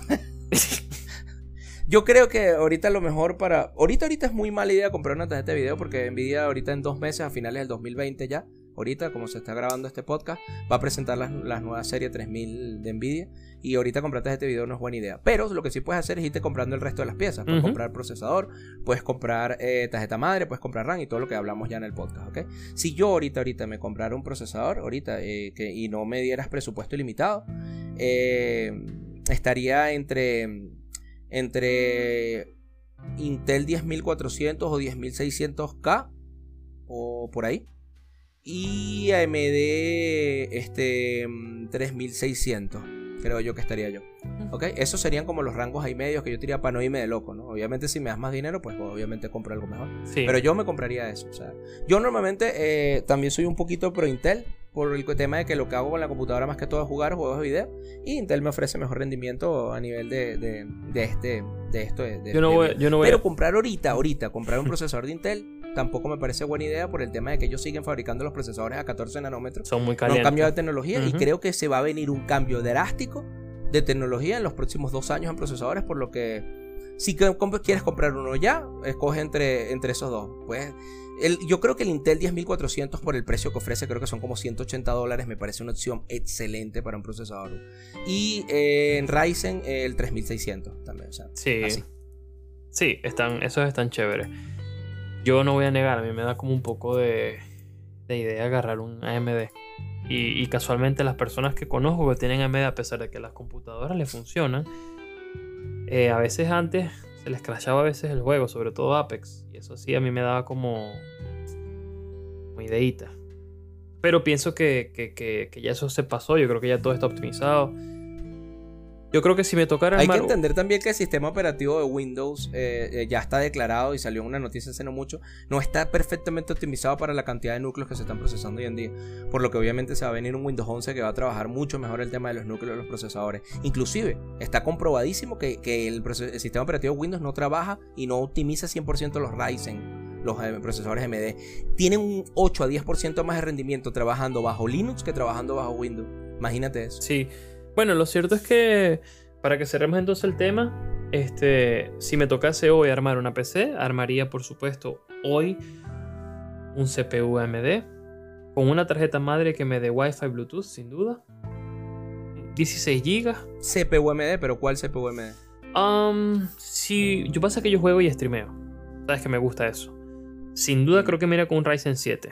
Yo creo que ahorita lo mejor para... Ahorita es muy mala idea comprar una tarjeta de video porque Nvidia ahorita en 2 meses, a finales del 2020 ya, ahorita como se está grabando este podcast, va a presentar las nuevas series 3000 de Nvidia y ahorita comprar tarjeta de video no es buena idea. Pero lo que sí puedes hacer es irte comprando el resto de las piezas. Puedes comprar procesador, puedes comprar tarjeta madre, puedes comprar RAM y todo lo que hablamos ya en el podcast, ¿ok? Si yo ahorita me comprara un procesador, y no me dieras presupuesto ilimitado, estaría entre Intel 10400 o 10600K o por ahí, y AMD 3600, creo yo que estaría yo. ¿Ok? Esos serían como los rangos ahí medios que yo diría para no irme de loco, ¿no? Obviamente si me das más dinero, pues obviamente compro algo mejor. Sí. Pero yo me compraría eso. O sea, yo normalmente también soy un poquito pro Intel por el tema de que lo que hago con la computadora más que todo es jugar juegos de video, y Intel me ofrece mejor rendimiento a nivel de esto. Yo no voy Pero comprar comprar un procesador de Intel tampoco me parece buena idea por el tema de que ellos siguen fabricando los procesadores a 14 nanómetros. Son muy No calientes. han cambiado de tecnología y creo que se va a venir un cambio drástico de tecnología en los próximos 2 años en procesadores, por lo que si quieres comprar uno ya, escoge entre esos dos. Pues yo creo que el Intel 10400 por el precio que ofrece, creo que son como $180, me parece una opción excelente para un procesador. Y en Ryzen el 3600 también, o sea, Sí. así. Sí, esos están chéveres. Yo no voy a negar, a mí me da como un poco de idea agarrar un AMD. Y casualmente las personas que conozco que tienen AMD, a pesar de que las computadoras les funcionan, a veces antes se les crashaba a veces el juego, sobre todo Apex. Y eso sí a mí me daba como ideita. Pero pienso que ya eso se pasó. Yo creo que ya todo está optimizado. Yo creo que si me tocara Hay que armar... entender también que el sistema operativo de Windows ya está declarado y salió en una noticia hace no mucho. No está perfectamente optimizado para la cantidad de núcleos que se están procesando hoy en día. Por lo que obviamente se va a venir un Windows 11 que va a trabajar mucho mejor el tema de los núcleos de los procesadores. Inclusive está comprobadísimo que el sistema operativo Windows no trabaja y no optimiza 100% los Ryzen, los procesadores AMD. Tienen un 8 a 10% más de rendimiento trabajando bajo Linux que trabajando bajo Windows. Imagínate eso. Sí. Bueno, lo cierto es que, para que cerremos entonces el tema, si me tocase hoy armar una PC, armaría por supuesto hoy un CPU AMD con una tarjeta madre que me dé Wi-Fi Bluetooth, sin duda, 16 GB. CPU AMD, pero ¿cuál CPU AMD? Si yo pasa que yo juego y streameo, sabes que me gusta eso. Sin duda creo que me iría con un Ryzen 7.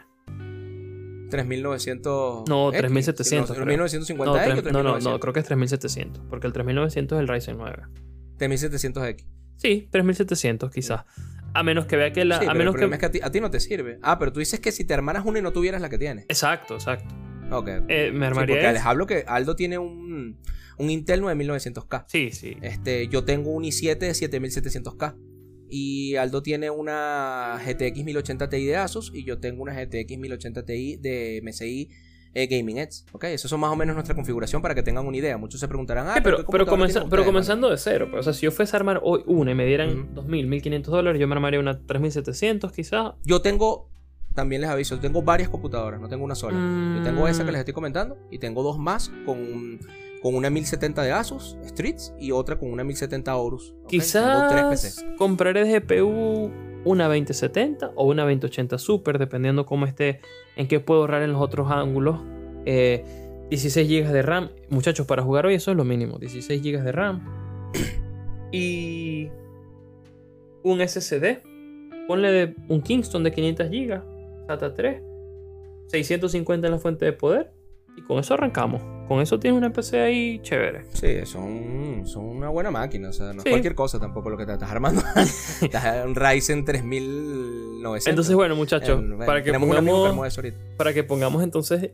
3900. No, X, 3700. 3950 No, X o 3900. no, creo que es 3700, porque el 3900 es el Ryzen 9. 3700X. Sí, 3700 quizás. A menos que vea que la... Sí, a pero menos el problema es que a ti no te sirve. Ah, pero tú dices que si te armaras una y no tuvieras la que tienes. Exacto. Ok. Me Sí, armaría porque les eso. hablo que Aldo tiene un Intel 9900K. Sí. Yo tengo un i7 de 7700K. Y Aldo tiene una GTX 1080 Ti de Asus. Y yo tengo una GTX 1080 Ti de MSI Gaming Edge. Ok, eso son más o menos nuestra configuración para que tengan una idea. Muchos se preguntarán, Sí, pero pero comenzando de cero. Pues, o sea, si yo fuese a armar hoy una y me dieran Ujú. $2.000, $1.500, yo me armaría una 3700 quizás. Yo tengo, también les aviso, tengo varias computadoras, no tengo una sola. Yo tengo esa que les estoy comentando y tengo dos más con una 1070 de Asus Streets y otra con una 1070 Aorus. ¿Okay? Tengo tres Quizás PC. compraré de GPU una 2070 o una 2080 Super, dependiendo cómo esté, en qué puedo ahorrar en los otros ángulos. 16 GB de RAM. Muchachos, para jugar hoy eso es lo mínimo. 16 GB de RAM. Y un SSD. Ponle un Kingston de 500 GB. SATA 3. 650 en la fuente de poder. Y con eso arrancamos. Con eso tienes una PC ahí chévere. Sí, son una buena máquina. O sea, no Sí. es cualquier cosa tampoco lo que te estás armando. Estás en un Ryzen 3900. Entonces, bueno, muchachos, para que tenemos un amigo que armó pongamos, eso ahorita. para que pongamos entonces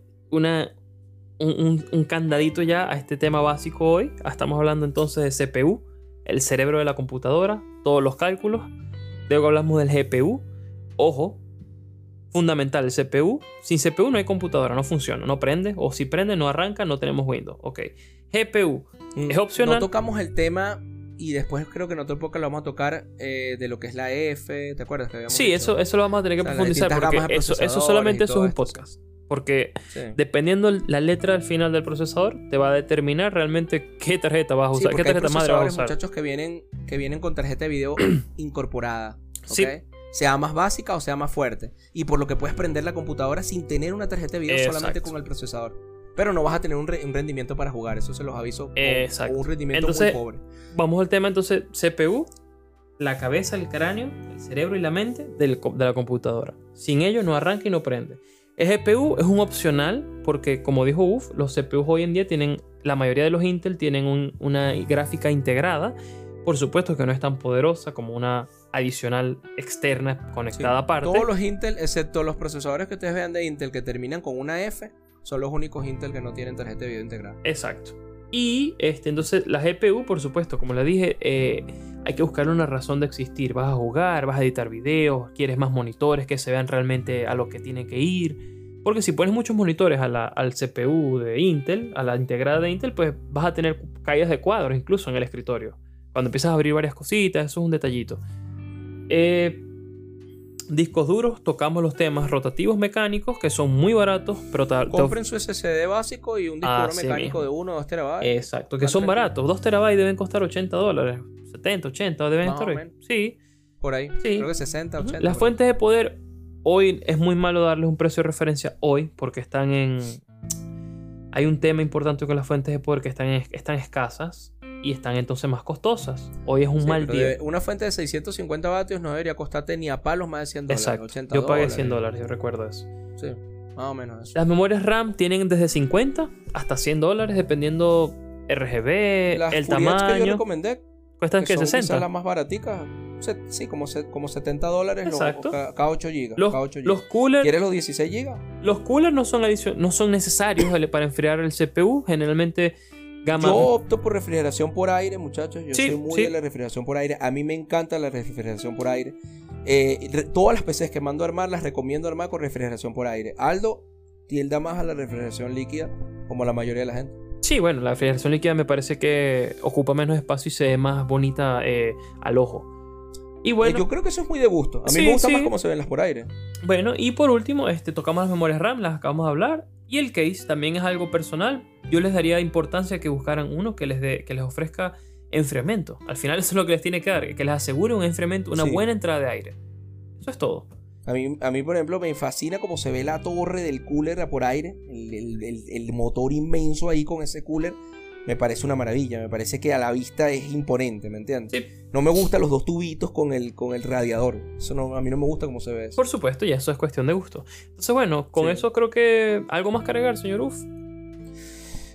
un candadito ya a este tema básico hoy. Estamos hablando entonces de CPU, el cerebro de la computadora, todos los cálculos. Luego hablamos del GPU. Ojo, fundamental, el CPU. Sin CPU no hay computadora, no funciona, no prende. O si prende, no arranca, no tenemos Windows. Ok. GPU es opcional. No tocamos el tema y después creo que en otro época lo vamos a tocar de lo que es la F. ¿Te acuerdas que habíamos Sí, dicho? eso lo vamos a tener que O sea, las profundizar distintas gamas porque de eso procesadores solamente y eso es todo un esto. podcast. Porque Sí. dependiendo la letra al final del procesador, te va a determinar realmente qué tarjeta vas a Sí, usar, qué porque hay tarjeta madre vas a procesadores, usar. muchachos, que vienen con tarjeta de video incorporada. ¿Ok? Sí. Sea más básica o sea más fuerte. Y por lo que puedes prender la computadora sin tener una tarjeta de video solamente Exacto. con el procesador. Pero no vas a tener un rendimiento para jugar. Eso se los aviso. Exacto. O un rendimiento Entonces, muy pobre. Vamos al tema entonces, CPU, la cabeza, el cráneo, el cerebro y la mente de la computadora. Sin ello no arranca y no prende. El GPU es un opcional porque, como dijo Uf, los CPUs hoy en día tienen, la mayoría de los Intel tienen una gráfica integrada. Por supuesto que no es tan poderosa como una adicional externa conectada Sí. aparte. Todos los Intel, excepto los procesadores que ustedes vean de Intel que terminan con una F, son los únicos Intel que no tienen tarjeta de video integrada. Exacto. Y entonces la GPU, por supuesto, como le dije, hay que buscarle una razón de existir. Vas a jugar, vas a editar videos, quieres más monitores que se vean realmente a lo que tienen que ir. Porque si pones muchos monitores al CPU de Intel, a la integrada de Intel, pues vas a tener caídas de cuadros incluso en el escritorio. Cuando empiezas a abrir varias cositas, eso es un detallito. Discos duros, tocamos los temas rotativos mecánicos, que son muy baratos, pero Compren su SSD básico y un disco duro Así mecánico mismo. de 1 o 2 terabytes. Exacto, que Más son tranquilo. baratos. 2 terabytes deben costar $80, 70, 80 deben Más estar o hoy. menos. Sí, Por ahí. Sí. Creo que 60, 80. Las por ahí. fuentes de poder, hoy es muy malo darles un precio de referencia hoy, porque están en... Hay un tema importante con las fuentes de poder que están escasas y están entonces más costosas. Hoy es un Sí, mal pero día. una fuente de 650 vatios no debería costarte ni a palos más de $100. Exacto. 80 Yo pagué dólares. $100, yo recuerdo eso. Sí, más o menos eso. Las memorias RAM tienen desde 50 hasta $100, dependiendo RGB, Las el Furiats que yo tamaño. recomendé, Cuestan que que son 60. quizás las más baraticas, sí, como $70 Exacto. cada 8 GB. Los, cada 8 GB. los coolers, ¿Quieres los 16 GB? los coolers no son necesarios para enfriar el CPU. Generalmente gama... Yo opto por refrigeración por aire, muchachos. Yo Sí, soy muy sí. de la refrigeración por aire. A mí me encanta la refrigeración por aire. Todas las PCs que mando a armar las recomiendo armar con refrigeración por aire. Aldo tilda más a la refrigeración líquida, como la mayoría de la gente. Sí, bueno, la refrigeración líquida me parece que ocupa menos espacio y se ve más bonita al ojo. Y bueno, Yo creo que eso es muy de gusto. A mí Sí, me gusta sí. más cómo se ven las por aire. bueno, y por último, tocamos las memorias RAM, las acabamos de hablar. Y el case también es algo personal. Yo les daría importancia que buscaran uno que les ofrezca enfriamiento. Al final eso es lo que les tiene que dar, que les asegure un enfriamiento, una Sí. buena entrada de aire. Eso es todo. A mí, por ejemplo, me fascina cómo se ve la torre del cooler a por aire. El motor inmenso ahí con ese cooler. Me parece una maravilla. Me parece que a la vista es imponente, ¿me entiendes? Sí. No me gustan los dos tubitos con el radiador. Eso no, a mí no me gusta cómo se ve eso. Por supuesto, y eso es cuestión de gusto. Entonces, bueno, con Sí. eso creo que algo más cargar, señor Uf.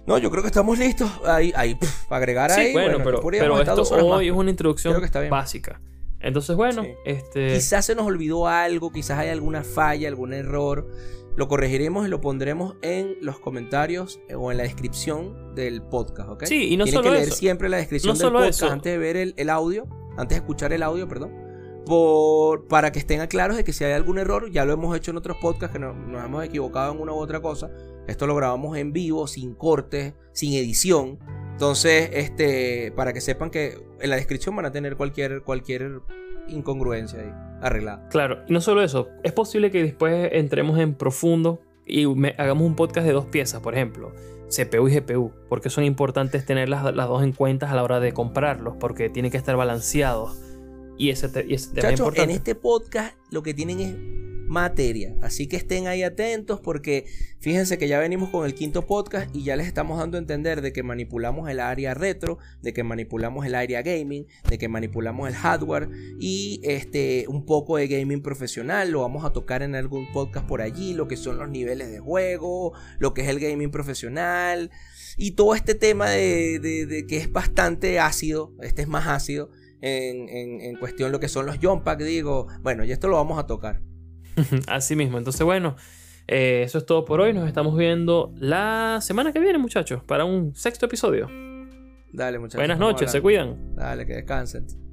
No, yo creo que estamos listos. Ahí, para agregar sí, ahí. Bueno, pero esto hoy es una introducción básica. Entonces, bueno, sí. Quizás se nos olvidó algo, quizás hay alguna falla, algún error. Lo corregiremos y lo pondremos en los comentarios o en la descripción del podcast, ¿ok? Sí, y no Tienen solo que leer eso. siempre la descripción del podcast antes de ver el audio, antes de escuchar el audio, perdón. Para que estén claros de que si hay algún error, ya lo hemos hecho en otros podcasts que nos hemos equivocado en una u otra cosa. Esto lo grabamos en vivo, sin cortes, sin edición. Entonces, para que sepan que en la descripción van a tener cualquier incongruencia ahí arreglada. Claro, y no solo eso, es posible que después entremos en profundo y hagamos un podcast de 2 piezas, por ejemplo, CPU y GPU, porque son importantes tener las dos en cuenta a la hora de comprarlos, porque tienen que estar balanceados. Y ese tema es importante. En este podcast lo que tienen es materia, así que estén ahí atentos porque fíjense que ya venimos con el 5º podcast y ya les estamos dando a entender de que manipulamos el área retro, de que manipulamos el área gaming, de que manipulamos el hardware y un poco de gaming profesional. Lo vamos a tocar en algún podcast por allí, lo que son los niveles de juego, lo que es el gaming profesional y todo este tema de que es bastante ácido. Este es más ácido en cuestión lo que son los jump pack, digo, bueno, y esto lo vamos a tocar. Así mismo, entonces bueno, eso es todo por hoy. Nos estamos viendo la semana que viene, muchachos, para un 6º episodio. Dale, muchachos. Buenas noches, se cuidan. Dale, que descansen.